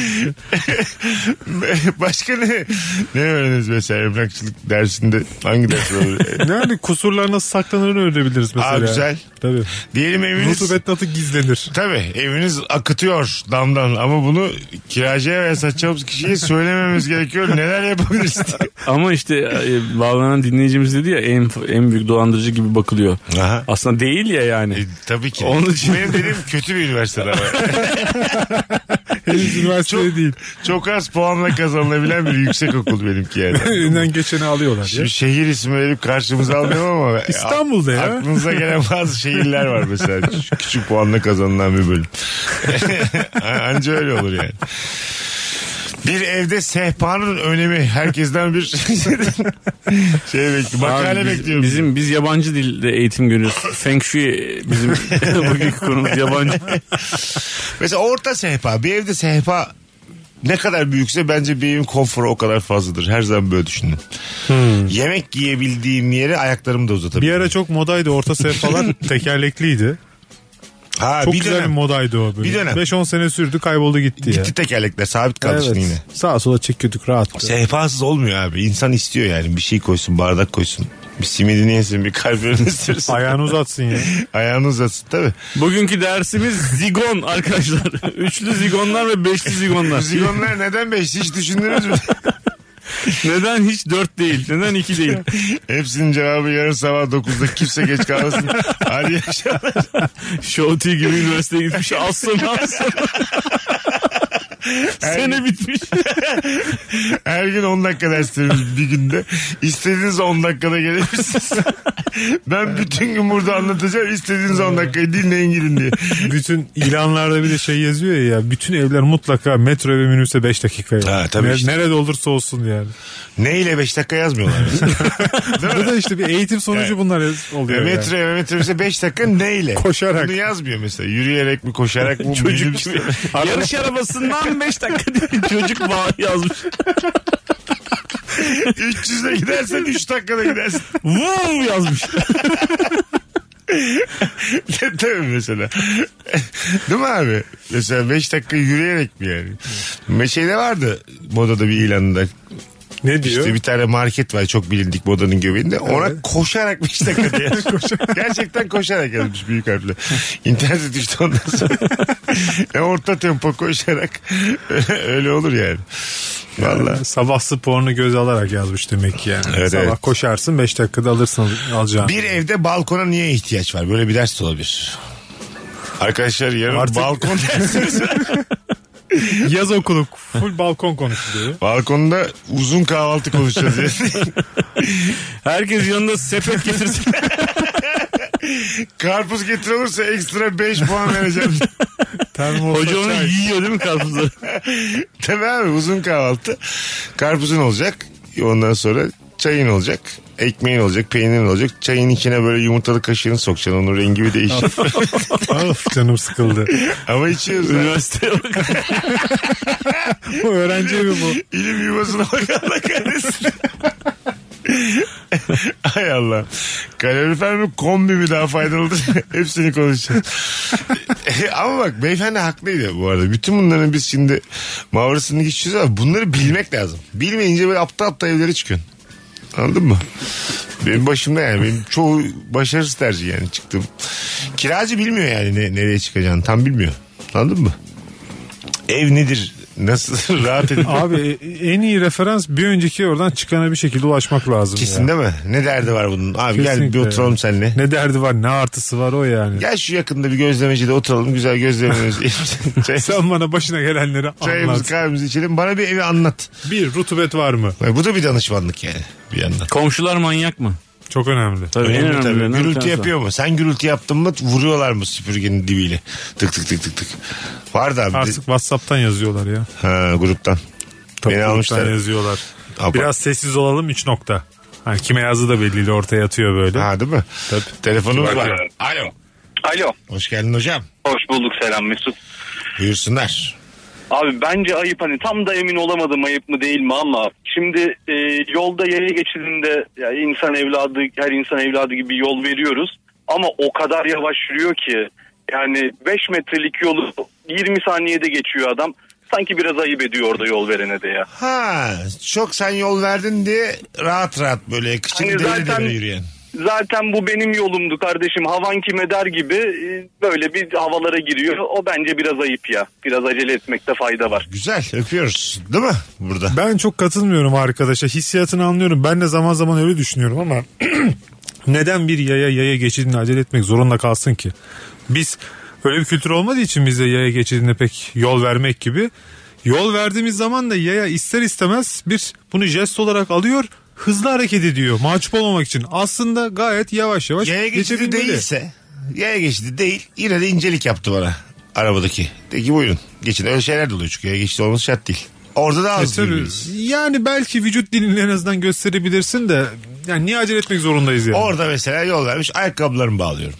Başka ne ne öğrendiniz mesela emlakçılık dersinde? Hangi ders olur? Yani kusurlar nasıl saklanırını öğrenebiliriz mesela. Aa, güzel. Tabii. Diyelim eviniz... Rutubet natı gizlenir. Tabii eviniz akıtıyor damdan ama bunu kiracıya veya satacağımız kişiye söylememiz gerekiyor. Neler yapabiliriz diye. Ama işte e, bağlanan dinleyicimiz dedi ya en, en büyük dolandırıcı gibi bakılıyor. Aha. Aslında değil ya yani. E, tabii ki. Onun için... Benim dediğim kötü bir üniversitede ama. Henüz üniversite çok, değil. Çok az puanla kazanılabilen bir yüksek okul benimki yani. Önünden geçeni alıyorlar. Şimdi ya. Şehir ismi verip karşımıza almıyorum ama. İstanbul'da ya. Aklınıza gelen bazı şehirler var mesela. Küçük, küçük puanla kazanılan bir bölüm. Anca öyle olur yani. Bir evde sehpanın önemi herkesten bir şey bekliyorum. Makale biz, bekliyorum. Bizim biz yabancı dilde eğitim görüyoruz. Feng Shui bizim bugünkü konumuz yabancı. Mesela orta sehpa. Bir evde sehpa ne kadar büyükse bence bir evin konforu o kadar fazladır. Her zaman böyle düşündüm. Hmm. Yemek yiyebildiğim yere ayaklarımı da uzatabilirim. Bir ara çok modaydı orta sehpalar tekerlekliydi. Ha, çok bir güzel dönem. bir modaydı o böyle. Bir dönem. beş on sene sürdü kayboldu gitti, gitti ya. Gitti tekerlekler sabit kaldı evet. yine. Sağa sola çekiyorduk rahat. Sehpasız olmuyor abi. İnsan istiyor yani bir şey koysun bardak koysun. Bir simidini yesin bir kalbini istiyorsun. Ayağını uzatsın ya. Ayağını uzatsın tabii. Bugünkü dersimiz zigon arkadaşlar. Üçlü zigonlar ve beşli zigonlar. Zigonlar neden beşli hiç düşündünüz mü? Neden hiç dört değil? Neden iki değil? Hepsinin cevabı yarın sabah dokuzda kimse geç kalmasın. Hadi yaşalar. Show T gibi üniversiteye gitmiş. Az sonra az sonra. Sene bitmiş. Her gün on dakika derslerimiz bir günde. İstediğiniz on dakikada gelebilirsiniz. Ben bütün gün burada anlatacağım. İstediğiniz on dakikayı dinleyin gidin diye. Bütün ilanlarda bir de şey yazıyor ya. Bütün evler mutlaka metro ve minibüse beş dakika. Yani. Ha, tabii ne, işte. Nerede olursa olsun yani. Ne ile beş dakika yazmıyorlar. Bu da işte bir eğitim sonucu yani, bunlar oluyor. Metro yani. ve metrobüse beş dakika ne ile? Koşarak. Bunu yazmıyor mesela. Yürüyerek mi koşarak mı? Çocuk gibi. Yarış arabasından beş dakika diye çocuk bağ yazmış. üç yüzle gidersen üç dakikada gidersin. Vuu yazmış. Tabii mesela. Değil mi abi? Mesela beş dakika yürüyerek mi yani? Şeyde vardı modada bir ilanında. Ne diyor? İşte bir tane market var çok bilindik modanın göbeğinde. Ona evet. koşarak beş dakika diye. Gerçekten koşarak yazmış büyük harfle. İnternete düştü ondan sonra. e, orta tempo koşarak öyle olur yani. Vallahi. Yani sabah sporunu göze alarak yazmış demek ki yani. Evet, sabah evet. koşarsın beş dakikada alırsın alacağını. Bir evde balkona niye ihtiyaç var? Böyle bir ders de olabilir. Arkadaşlar yarın Artık... balkon dersimiz var. Yaz okulu full balkon konuşuluyor. Balkonda uzun kahvaltı konuşacağız yani. Herkes yanında sepet getirsin. Karpuz getir olursa ekstra beş puan vereceğim. Hoca onu yiyor değil mi karpuzları? Tabii abi uzun kahvaltı. Karpuzun olacak. Ondan sonra çayın olacak. Ekmeğin olacak, peynirin olacak. Çayın içine böyle yumurtalı kaşığını sokacaksın. Onun rengi bir değişir. Of canım sıkıldı. Ama içiyoruz. Üniversiteye bak. Bu öğrenci mi bu? İlim yuvasına bak Allah kahretsin. Hay Allah. Kalorifer mi kombi mi daha faydalıdır? Hepsini konuşacağız. Ama bak beyefendi haklıydı bu arada. Bütün bunların biz şimdi mavrasını geçiyoruz ama bunları bilmek lazım. Bilmeyince böyle aptal aptal evlere çıkıyorsun. Anladın mı? Benim başımda yani. Benim çoğu başarısız tercih yani çıktım. Kiracı bilmiyor yani ne, nereye çıkacağını. Tam bilmiyor. Anladın mı? Ev nedir? Nasıl rahat edin? Abi en iyi referans bir önceki oradan çıkana bir şekilde ulaşmak lazım. Kesin ya. değil mi? Ne derdi var bunun? Abi Kesinlikle gel bir oturalım yani. seninle. Ne derdi var ne artısı var o yani. Gel şu yakında bir gözlemecide oturalım. Güzel gözlememizi. Sen bana başına gelenleri çayımızı anlat. kahvemizi içelim. Bana bir evi anlat. Bir rutubet var mı? Bu da bir danışmanlık yani bir yandan. Komşular manyak mı? Çok önemli. Tabii, önemli, önemli tabii. önemli. Gürültü yapıyor mu? Sen gürültü yaptın mı vuruyorlar mı süpürgenin dibiyle? Tık tık tık tık tık. Var da abi. Artık WhatsApp'tan yazıyorlar ya. Ha gruptan. Tabii Beni almışlar. yazıyorlar. Abi. Biraz sessiz olalım üç nokta. Hani kime yazdı da belli ortaya atıyor böyle. Ha değil mi? Tabii. Telefonumuz var. Alo. Alo. Hoş geldin hocam. Hoş bulduk, selam Mesut. Buyursunlar. Abi bence ayıp, hani tam da emin olamadım ayıp mı değil mi ama şimdi e, yolda yaya geçidinde ya insan evladı, her insan evladı gibi yol veriyoruz ama o kadar yavaş yürüyor ki yani beş metrelik yolu yirmi saniyede geçiyor adam. Sanki biraz ayıp ediyor orada yol verene de ya. Ha, çok sen yol verdin diye rahat rahat böyle kıçını hani devre devre yürüyen. Zaten bu benim yolumdu kardeşim, havan kime der gibi böyle bir havalara giriyor. O bence biraz ayıp ya. Biraz acele etmekte fayda var. Güzel, öpüyoruz değil mi burada? Ben çok katılmıyorum arkadaşa. Hissiyatını anlıyorum. Ben de zaman zaman öyle düşünüyorum ama neden bir yaya yaya geçidine acele etmek zorunda kalsın ki? Biz öyle bir kültür olmadığı için bize yaya geçidine pek yol vermek gibi. Yol verdiğimiz zaman da yaya ister istemez bir bunu jest olarak alıyor. Hızlı hareket ediyor mahcup olmamak için. Aslında gayet yavaş yavaş yaya geçidi değilse, yaya geçidi değil, yine de incelik yaptı bana arabadaki. De ki buyurun geçin, öyle şeyler de oluyor çünkü yaya geçidi olması şart değil. Orada da az değil. Yani belki vücut dilini en azından gösterebilirsin de yani niye acele etmek zorundayız yani? Orada mesela yol vermiş, ayakkabılarımı bağlıyorum.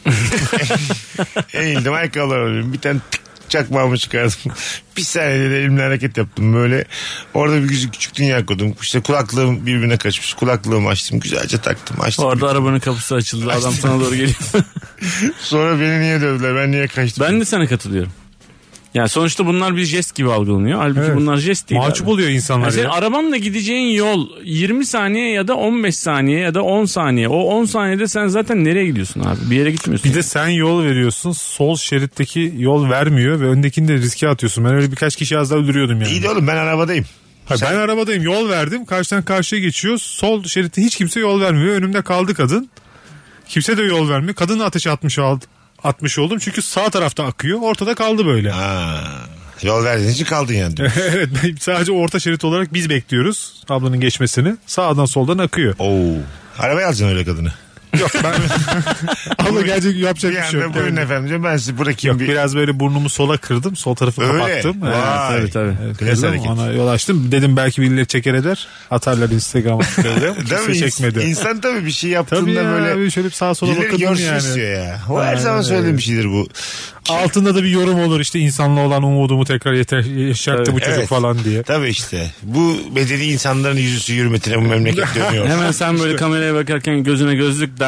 Eğildim, ayakkabılarımı bağlıyorum. Bir tane tık çakmağımı çıkardım. Bir saniyede de elimle hareket yaptım böyle. Orada bir küçük, küçük dünya kurdum. İşte kulaklığım birbirine kaçmış. Kulaklığımı açtım. Güzelce taktım. Açtım. Orada arabanın kapısı açıldı. Açtım. Adam sana doğru geliyor. Sonra beni niye dövdüler? Ben niye kaçtım? Ben de sana katılıyorum. Yani sonuçta bunlar bir jest gibi algılanıyor. Halbuki evet. bunlar jest değil. Mahcup abi. Oluyor insanlar yani ya. Arabanla gideceğin yol yirmi saniye ya da on beş saniye ya da on saniye. O on saniyede sen zaten nereye gidiyorsun abi? Bir yere gitmiyorsun. Bir de sen yol veriyorsun. Sol şeritteki yol vermiyor ve öndekini de riske atıyorsun. Ben öyle birkaç kişi az daha öldürüyordum yani. İyi de oğlum ben arabadayım. Hayır, sen... Ben arabadayım, yol verdim. Karşıdan karşıya geçiyor. Sol şeritte hiç kimse yol vermiyor. Önümde kaldı kadın. Kimse de yol vermiyor. Kadını ateşe atmış aldı. atmış oldum çünkü sağ tarafta akıyor, ortada kaldı böyle. Ha, yol verdiğin için kaldın yani. Evet, sadece orta şerit olarak biz bekliyoruz ablanın geçmesini. Sağdan soldan akıyor. Oo. Arabaya alacaksın öyle kadını. Yok ben abla gelecek yapacak bir, bir şey yok. Buyurun efendim ben sizi bırakayım. Yok, bir... biraz böyle burnumu sola kırdım, sol tarafı öyle. Kapattım. Vay. Evet, tabii tabii. Evet, kırdım, ona yol açtım. Dedim belki birileri çeker eder. Atarlar Instagram'a. Kimse çekmedi. İnsan tabii bir şey yaptığında tabii ya, böyle şöyle sağa sola bakın yani. Istiyor ya. O her zaman söylediğim bir şeydir bu. Altında da bir yorum olur işte, insanla olan umudumu tekrar yeter, yaşattı bu çocuk evet. falan diye. Tabii işte. Bu medeni insanların yüzüstü hürmetine bu memleket dönüyor. Hemen sen böyle kameraya bakarken gözüne gözlükten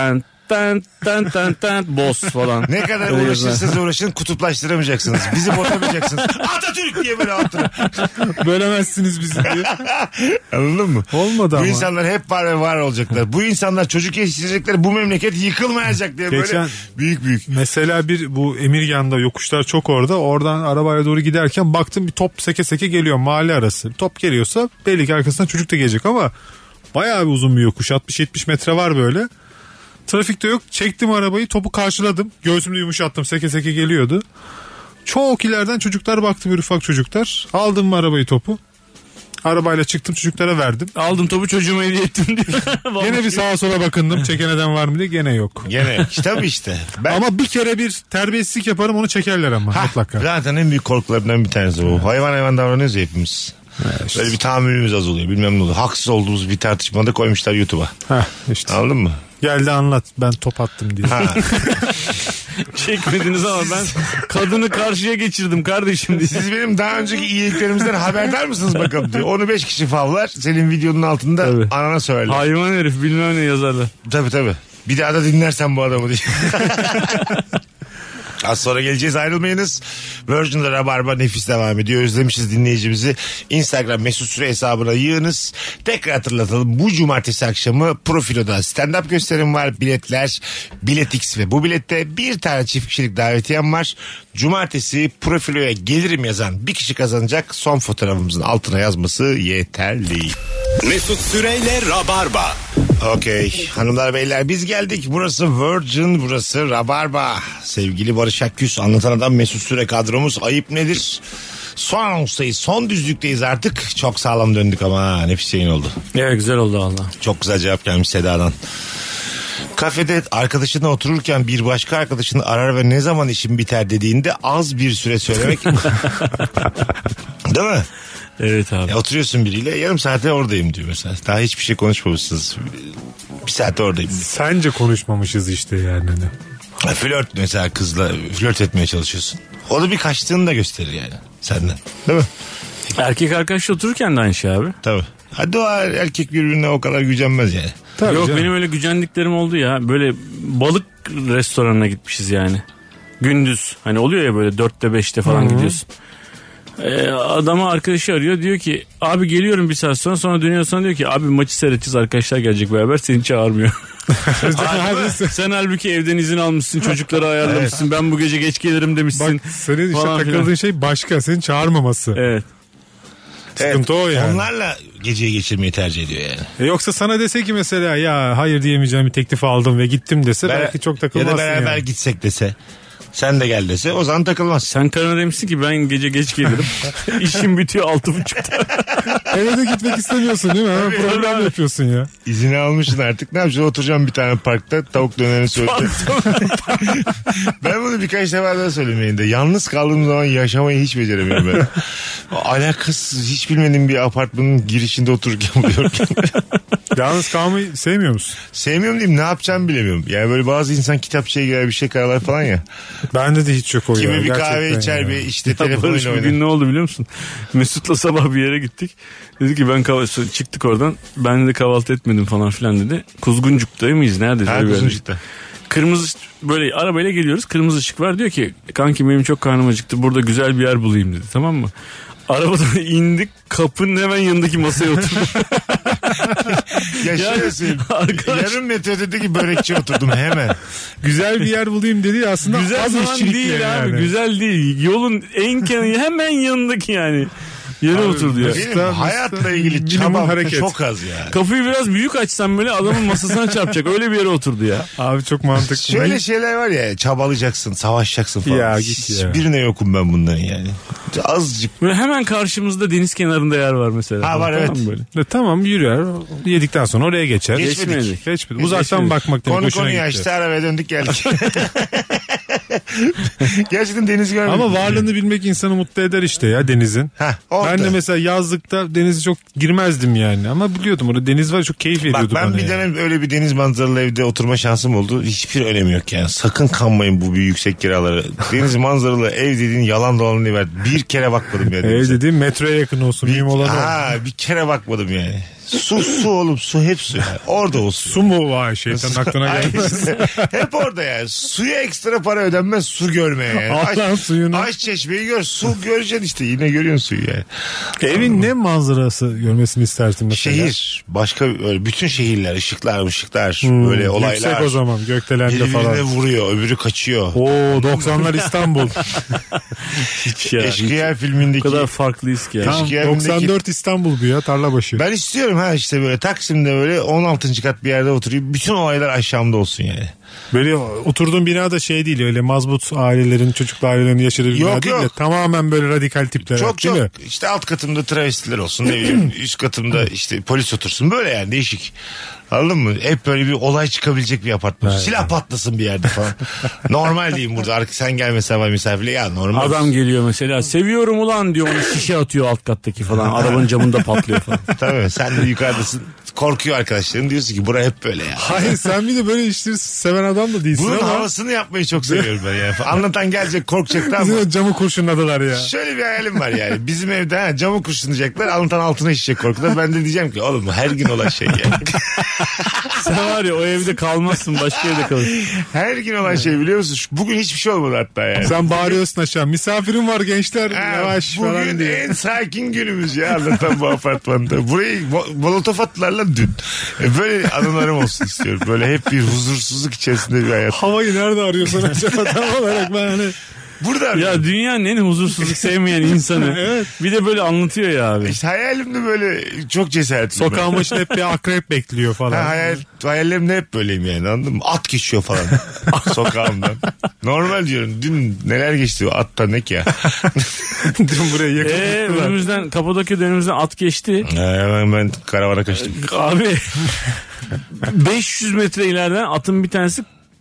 ten ten ten ten boss falan. Ne kadar uğraşırsanız uğraşın kutuplaştıramayacaksınız. Bizi bozamayacaksınız. Atatürk diye böyle altına. Bölemezsiniz bizi diye. Anladın mı? Olmadı bu ama. Bu insanlar hep var ve var olacaklar. Bu insanlar çocuk yetiştirecekler. Bu memleket yıkılmayacak diye Geçen, böyle büyük büyük. Mesela bir bu Emirgan'da yokuşlar çok orada. Oradan arabaya doğru giderken baktım bir top seke seke geliyor mahalle arası. Top geliyorsa belli ki arkasından çocuk da gelecek ama bayağı bir uzun bir yokuş. altmış yetmiş metre var böyle. Trafikte yok. Çektim arabayı, topu karşıladım. Göğsümde yumuşattım. Seke seke geliyordu. Çok ileriden çocuklar baktı, bir ufak çocuklar. Aldım arabayı, topu. Arabayla çıktım, çocuklara verdim. Aldım topu, çocuğuma hediye ettim diyor. Gene bir sağa sola bakındım. Çeken eden var mı diye, gene yok. Gene yok. Tabii işte. Ben... Ama bir kere bir terbiyesizlik yaparım, onu çekerler ama ha, mutlaka. Zaten en büyük korkularından bir tanesi o. Hayvan hayvan davranıyoruz ya hepimiz. Evet, işte. Böyle bir tahammülümüz az oluyor. Bilmem ne oluyor. Haksız olduğumuz bir tartışmada koymuşlar YouTube'a. Heh, işte. Anladın mı? Geldi anlat, ben top attım diye. Çekmediniz ama ben kadını karşıya geçirdim kardeşim diye. Siz benim daha önceki iyiliklerimizden haberdar mısınız bakalım diyor. Onu beş kişi favlar. Senin videonun altında tabii. Anana söylerler. Hayvan herif bilmem ne yazarlar. Tabii tabii. Bir daha da dinlersen bu adamı diye. Az sonra geleceğiz, ayrılmayınız. Virgin'de Rabarba nefis devam ediyor. Özlemişiz dinleyicimizi. Instagram Mesut Süre hesabına yığınız. Tekrar hatırlatalım. Bu cumartesi akşamı Profilo'da stand-up gösterim var. Biletler Biletix ve bu bilette bir tane çift kişilik davetiyem var. Cumartesi Profilo'ya gelirim yazan bir kişi kazanacak. Son fotoğrafımızın altına yazması yeterli. Mesut Süreyle Rabarba. Okey. Hanımlar beyler biz geldik. Burası Virgin, burası Rabarba. Sevgili Barış Akküs, anlatan adam Mesut Süre kadromuz. Ayıp nedir? Son anonstayız. Son düzlükteyiz artık. Çok sağlam döndük ama nefis yayın oldu. Evet, güzel oldu valla. Çok güzel cevap gelmiş Seda'dan. Kafede arkadaşınla otururken bir başka arkadaşını arar ve ne zaman işim biter dediğinde az bir süre söylemek. Değil mi? Evet abi. Ya oturuyorsun biriyle, yarım saate oradayım diyor mesela. Daha hiçbir şey konuşmamışsınız. Bir saate oradayım diyor. Sence konuşmamışız işte yani. Ya flört mesela, kızla flört etmeye çalışıyorsun. O da bir kaçtığını da gösterir yani senden. Değil mi? Erkek arkadaşla otururken de aynı şey abi. Tabii. Hadi o erkek birbirine o kadar gücenmez yani. Tabii Yok canım. Benim öyle gücendiklerim oldu ya. Böyle balık restoranına gitmişiz yani. Gündüz. Hani oluyor ya böyle dörtte beşte falan Hı-hı. gidiyorsun. Ee, adama arkadaşı arıyor, diyor ki abi geliyorum bir saat sonra. Sonra dönüyor, sonra diyor ki abi maçı seyredeceğiz, arkadaşlar gelecek beraber, seni çağırmıyor. Abi, sen halbuki evden izin almışsın, çocukları ayarlamışsın, ben bu gece geç gelirim demişsin. Bak senin işte takıldığın filan. Şey başka, senin çağırmaması. Evet. Sıkıntı evet, o yani. Onlarla geceyi geçirmeyi tercih ediyor yani. E yoksa sana dese ki mesela ya hayır diyemeyeceğim bir teklif aldım ve gittim dese ben, belki çok takılmazsın. Ya da beraber yani. Gitsek dese. Sen de gel dese, o zaman takılmaz. Sen karına demişsin ki ben gece geç gelirim. İşim bitiyor altı buçukta. Eve de gitmek istemiyorsun değil mi? Hemen Tabii, problem tabii. yapıyorsun ya. İzini almışsın artık. Ne yapacaksın? Oturacağım bir tane parkta, tavuk dönerini söyleyeceğim. Ben bunu birkaç defa daha söyledim yayında. Yalnız kaldığım zaman yaşamayı hiç beceremiyorum ben. Alakasız, hiç bilmediğim bir apartmanın girişinde otururken buluyorken. Yalnız kalmayı sevmiyor musun? Sevmiyorum diyeyim, ne yapacağımı bilemiyorum. Yani böyle bazı insan kitapçıya girer, bir şey karalar falan ya. Bende de hiç yok o Kimi ya. bir Gerçekten kahve içer, ya. bir işte Ya telefon Barış, oynar. bugün ne oldu biliyor musun? Mesut'la sabah bir yere gittik. Dedi ki ben kahvaltı, çıktık oradan. Ben de kahvaltı etmedim falan filan dedi. Kuzguncuk'ta mıyız? Neredeyiz? Ha, Kuzguncuk'ta. Kırmızı böyle arabayla geliyoruz. Kırmızı ışık var. Diyor ki kanki benim çok karnım acıktı. Burada güzel bir yer bulayım dedi. Tamam mı? Arabadan indik, kapının hemen yanındaki masaya oturduk. Ya şöyle söyleyeyim. Arkadaş... Yarım metre ötedeki börekçi oturdum hemen. Güzel bir yer bulayım dedi aslında. Güzel az falan işçilik değil yani. abi. Güzel değil. Yolun en kenarı, hemen yanındaki yani. Yere oturdu ya. Benim Usta, hayatla ilgili çabam hareket. çok az ya. Kapıyı biraz büyük açsam böyle adamın masasına çarpacak. Öyle bir yere oturdu ya. Abi çok mantıklı. Şöyle şeyler var ya, çabalayacaksın, savaşacaksın falan. Ya git ya. Hiçbirine yokum ben bunların yani. Azıcık. Böyle hemen karşımızda deniz kenarında yer var mesela. Ha var, tamam evet. Böyle. E, tamam yürüyer. Yedikten sonra oraya geçer. Geçmedik. Geçmedik. Geçmedik. Uzaktan Geçmedik. bakmak demek Konu hoşuna konuyu gitti. açtı, arabaya döndük geldik. Gerçekten deniz görmedim. Ama varlığını bilmek insanı mutlu eder işte ya, denizin. Heh, orada. Ben de mesela yazlıkta denize çok girmezdim yani. Ama biliyordum orada deniz var, çok keyif veriyordu Bak ben bana bir yani. dönem öyle bir deniz manzaralı evde oturma şansım oldu. Hiçbir önemi yok yani. Sakın kanmayın bu büyük yüksek kiraları. Deniz manzaralı ev dediğin yalan dolanını ver. Bir kere bakmadım ya. Ev dediğim metroya yakın olsun. Mühim olan o. Ha, bir kere bakmadım yani. Su su oğlum su hep su yani. Orada o su. Su mu var şeytanın aklına gelmez. Hep orada yani. Suya ekstra para ödenmez su görmeye yani. Allah'ın Aç, suyunu. aç çeşmeyi gör. Su göreceksin işte. Yine görüyorsun suyu yani. Evin ne manzarası görmesini istersin mesela? Şehir. Başka öyle bütün şehirler. Işıklar ışıklar. Hmm, böyle olaylar. Yüksek o zaman gökdelende falan. Birbirine vuruyor. Öbürü kaçıyor. Oo doksanlar İstanbul. Hiç ya. Eşkıya filmindeki. O kadar farklıyız ki ya. Tamam, doksan dört İstanbul bu ya Tarlabaşı. Ben istiyorum ha işte böyle Taksim'de böyle on altıncı kat bir yerde oturayım. Bütün olaylar aşağımda olsun yani. Böyle oturduğun binada şey değil öyle mazbut ailelerin çocuklu ailelerin yaşadığı bir Yok, bina değil yok. de tamamen böyle radikal tipler. Çok değil çok mi? işte alt katımda travestiler olsun ne bileyim üst katımda işte polis otursun böyle yani değişik. Anladın mı? Hep böyle bir olay çıkabilecek bir apartman. Evet. Silah patlasın bir yerde falan. Normal diyeyim burada. Artık sen gelmesen var misafirle ya normal. Adam geliyor mesela seviyorum ulan diyor onu şişe atıyor alt kattaki falan. Arabanın camında patlıyor falan. Tabii sen de yukarıdasın. Korkuyor arkadaşların diyorsun ki bura hep böyle ya. Hayır sen bir de böyle işleri seven adam da değilsin Bunun ama. havasını yapmayı çok seviyorum ben yani. Anlatan gelecek korkacak tamam mı? Bizim camı kurşunladılar ya. Şöyle bir hayalim var yani. Bizim evde ha, camı kurşunlayacaklar. Anlatan altına işecek korkudan. Ben de diyeceğim ki oğlum her gün olan şey yani. Sen var ya o evde kalmazsın başka evde kalırsın. Her gün olan şey biliyor musun? Bugün hiçbir şey olmadı hatta yani. Sen bağırıyorsun aşağı. Misafirim var gençler. Ha, Yavaş falan bugün diye. en sakin günümüz ya anlatan bu apartmanda. Burayı mo- molotof attılar lan dün. E böyle anılarım olsun istiyorum. Böyle hep bir huzursuzluk içerisinde bir hayat. Havayı nerede arıyorsun acaba tam olarak ben hani. Burada Ya dünyanın en huzursuzluk sevmeyen insanı. Evet. Bir de böyle anlatıyor ya abi. İşte hayalimde böyle çok cesaretli. Sokağın başında hep bir akrep bekliyor falan. Ha, hayal, hayallerimde hep böyleyim yani anladın mı? At geçiyor falan sokağımdan. Normal diyorum. Dün neler geçti atta ne ki ya? Dün buraya yakın. Eee önümüzden Kapadokya'da önümüzden at geçti. Hemen ben karavana kaçtım. Abi beş yüz metre ileriden atın bir tanesi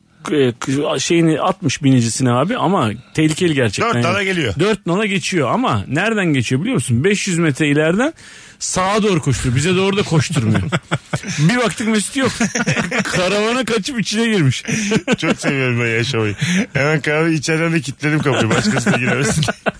şeyini atmış binicisine abi ama tehlikeli gerçekten. Dört nala yani. geliyor. Dört nala geçiyor ama nereden geçiyor biliyor musun? beş yüz metre ileriden sağa doğru koşturuyor. Bize doğru da koşturmuyor. Bir baktık Mesut yok. Karavana kaçıp içine girmiş. Çok seviyorum ben yaşamayı. Hemen karavana içeriden de kilitledim kapıyı. Başkası da giremesin.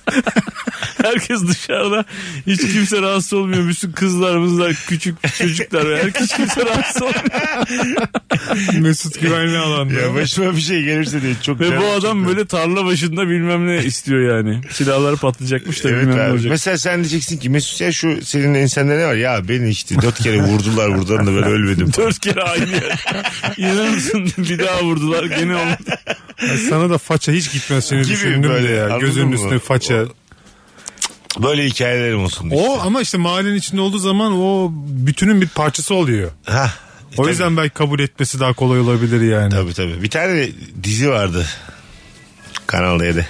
Herkes dışarıda. Hiç kimse rahatsız olmuyor. Bütün kızlarımızlar, küçük çocuklar. Herkes kimse rahatsız olmuyor. Mesut güvenli alanda. Ya başıma bir şey gelirse diye çok Ve canım bu adam çıktı. böyle tarla başında bilmem ne istiyor yani. Silahları patlayacakmış da Evet bilmem ne abi. olacak. Mesela sen diyeceksin ki Mesut ya şu senin ensende ne var? Ya beni işte dört kere vurdular buradan da ben ölmedim. Dört kere aynı yer. İnanır mısın? Bir daha vurdular gene olmadı. Ay sana da faça hiç gitmez seni Gibi düşündüm böyle, de ya. anladın Gözünün mı? üstüne faça. Böyle hikayelerim olsun. O işte. ama işte mahallenin içinde olduğu zaman o bütünün bir parçası oluyor. Ha, O tabii. yüzden belki kabul etmesi daha kolay olabilir yani. Tabii tabii. Bir tane dizi vardı. Kanal D'de.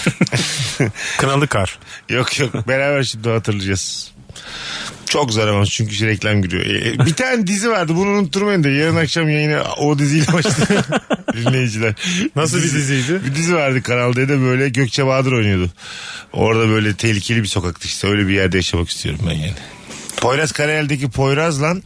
Kınalı Kar. Yok yok beraber şimdi hatırlayacağız. Çok zor ama çünkü şu reklam giriyor. Ee, bir tane dizi vardı bunu unutturmayın da yarın akşam yayına o diziyle başlıyor. Dinleyiciler. Nasıl bir diziydi? Bir dizi vardı Kanal D'de böyle Gökçe Bahadır oynuyordu. Orada böyle tehlikeli bir sokaktı işte öyle bir yerde yaşamak istiyorum ben yani. Poyraz Karayel'deki Poyraz lan.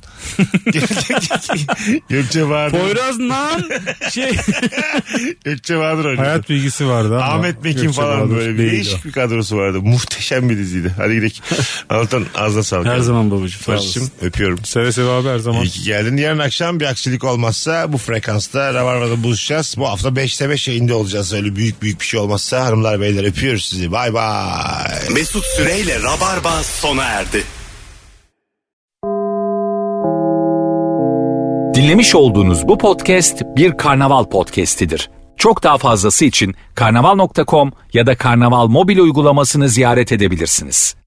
Gökçe Bahadır. Poyraz lan şey. Gökçe Bahadır oynuyordu. Hayat bilgisi vardı ama. Ahmet Mekin Gökçe falan Bahadır böyle bir değil değişik bir kadrosu vardı. Muhteşem bir diziydi. Hadi gidelim. Anlatan ağzına sağlık. Her zaman babacığım. Sağ Barış'cığım olasın. öpüyorum. o. Seve seve abi her zaman. İyi ki geldin. Yarın akşam bir aksilik olmazsa bu frekansta Rabarba'da buluşacağız. Bu hafta beşte beş yayında olacağız. Öyle büyük büyük bir şey olmazsa hanımlar beyler öpüyoruz sizi. Bay bay. Mesut Süreyle Rabarba sona erdi. Dinlemiş olduğunuz bu podcast bir karnaval podcastidir. Çok daha fazlası için karnaval nokta com ya da karnaval mobil uygulamasını ziyaret edebilirsiniz.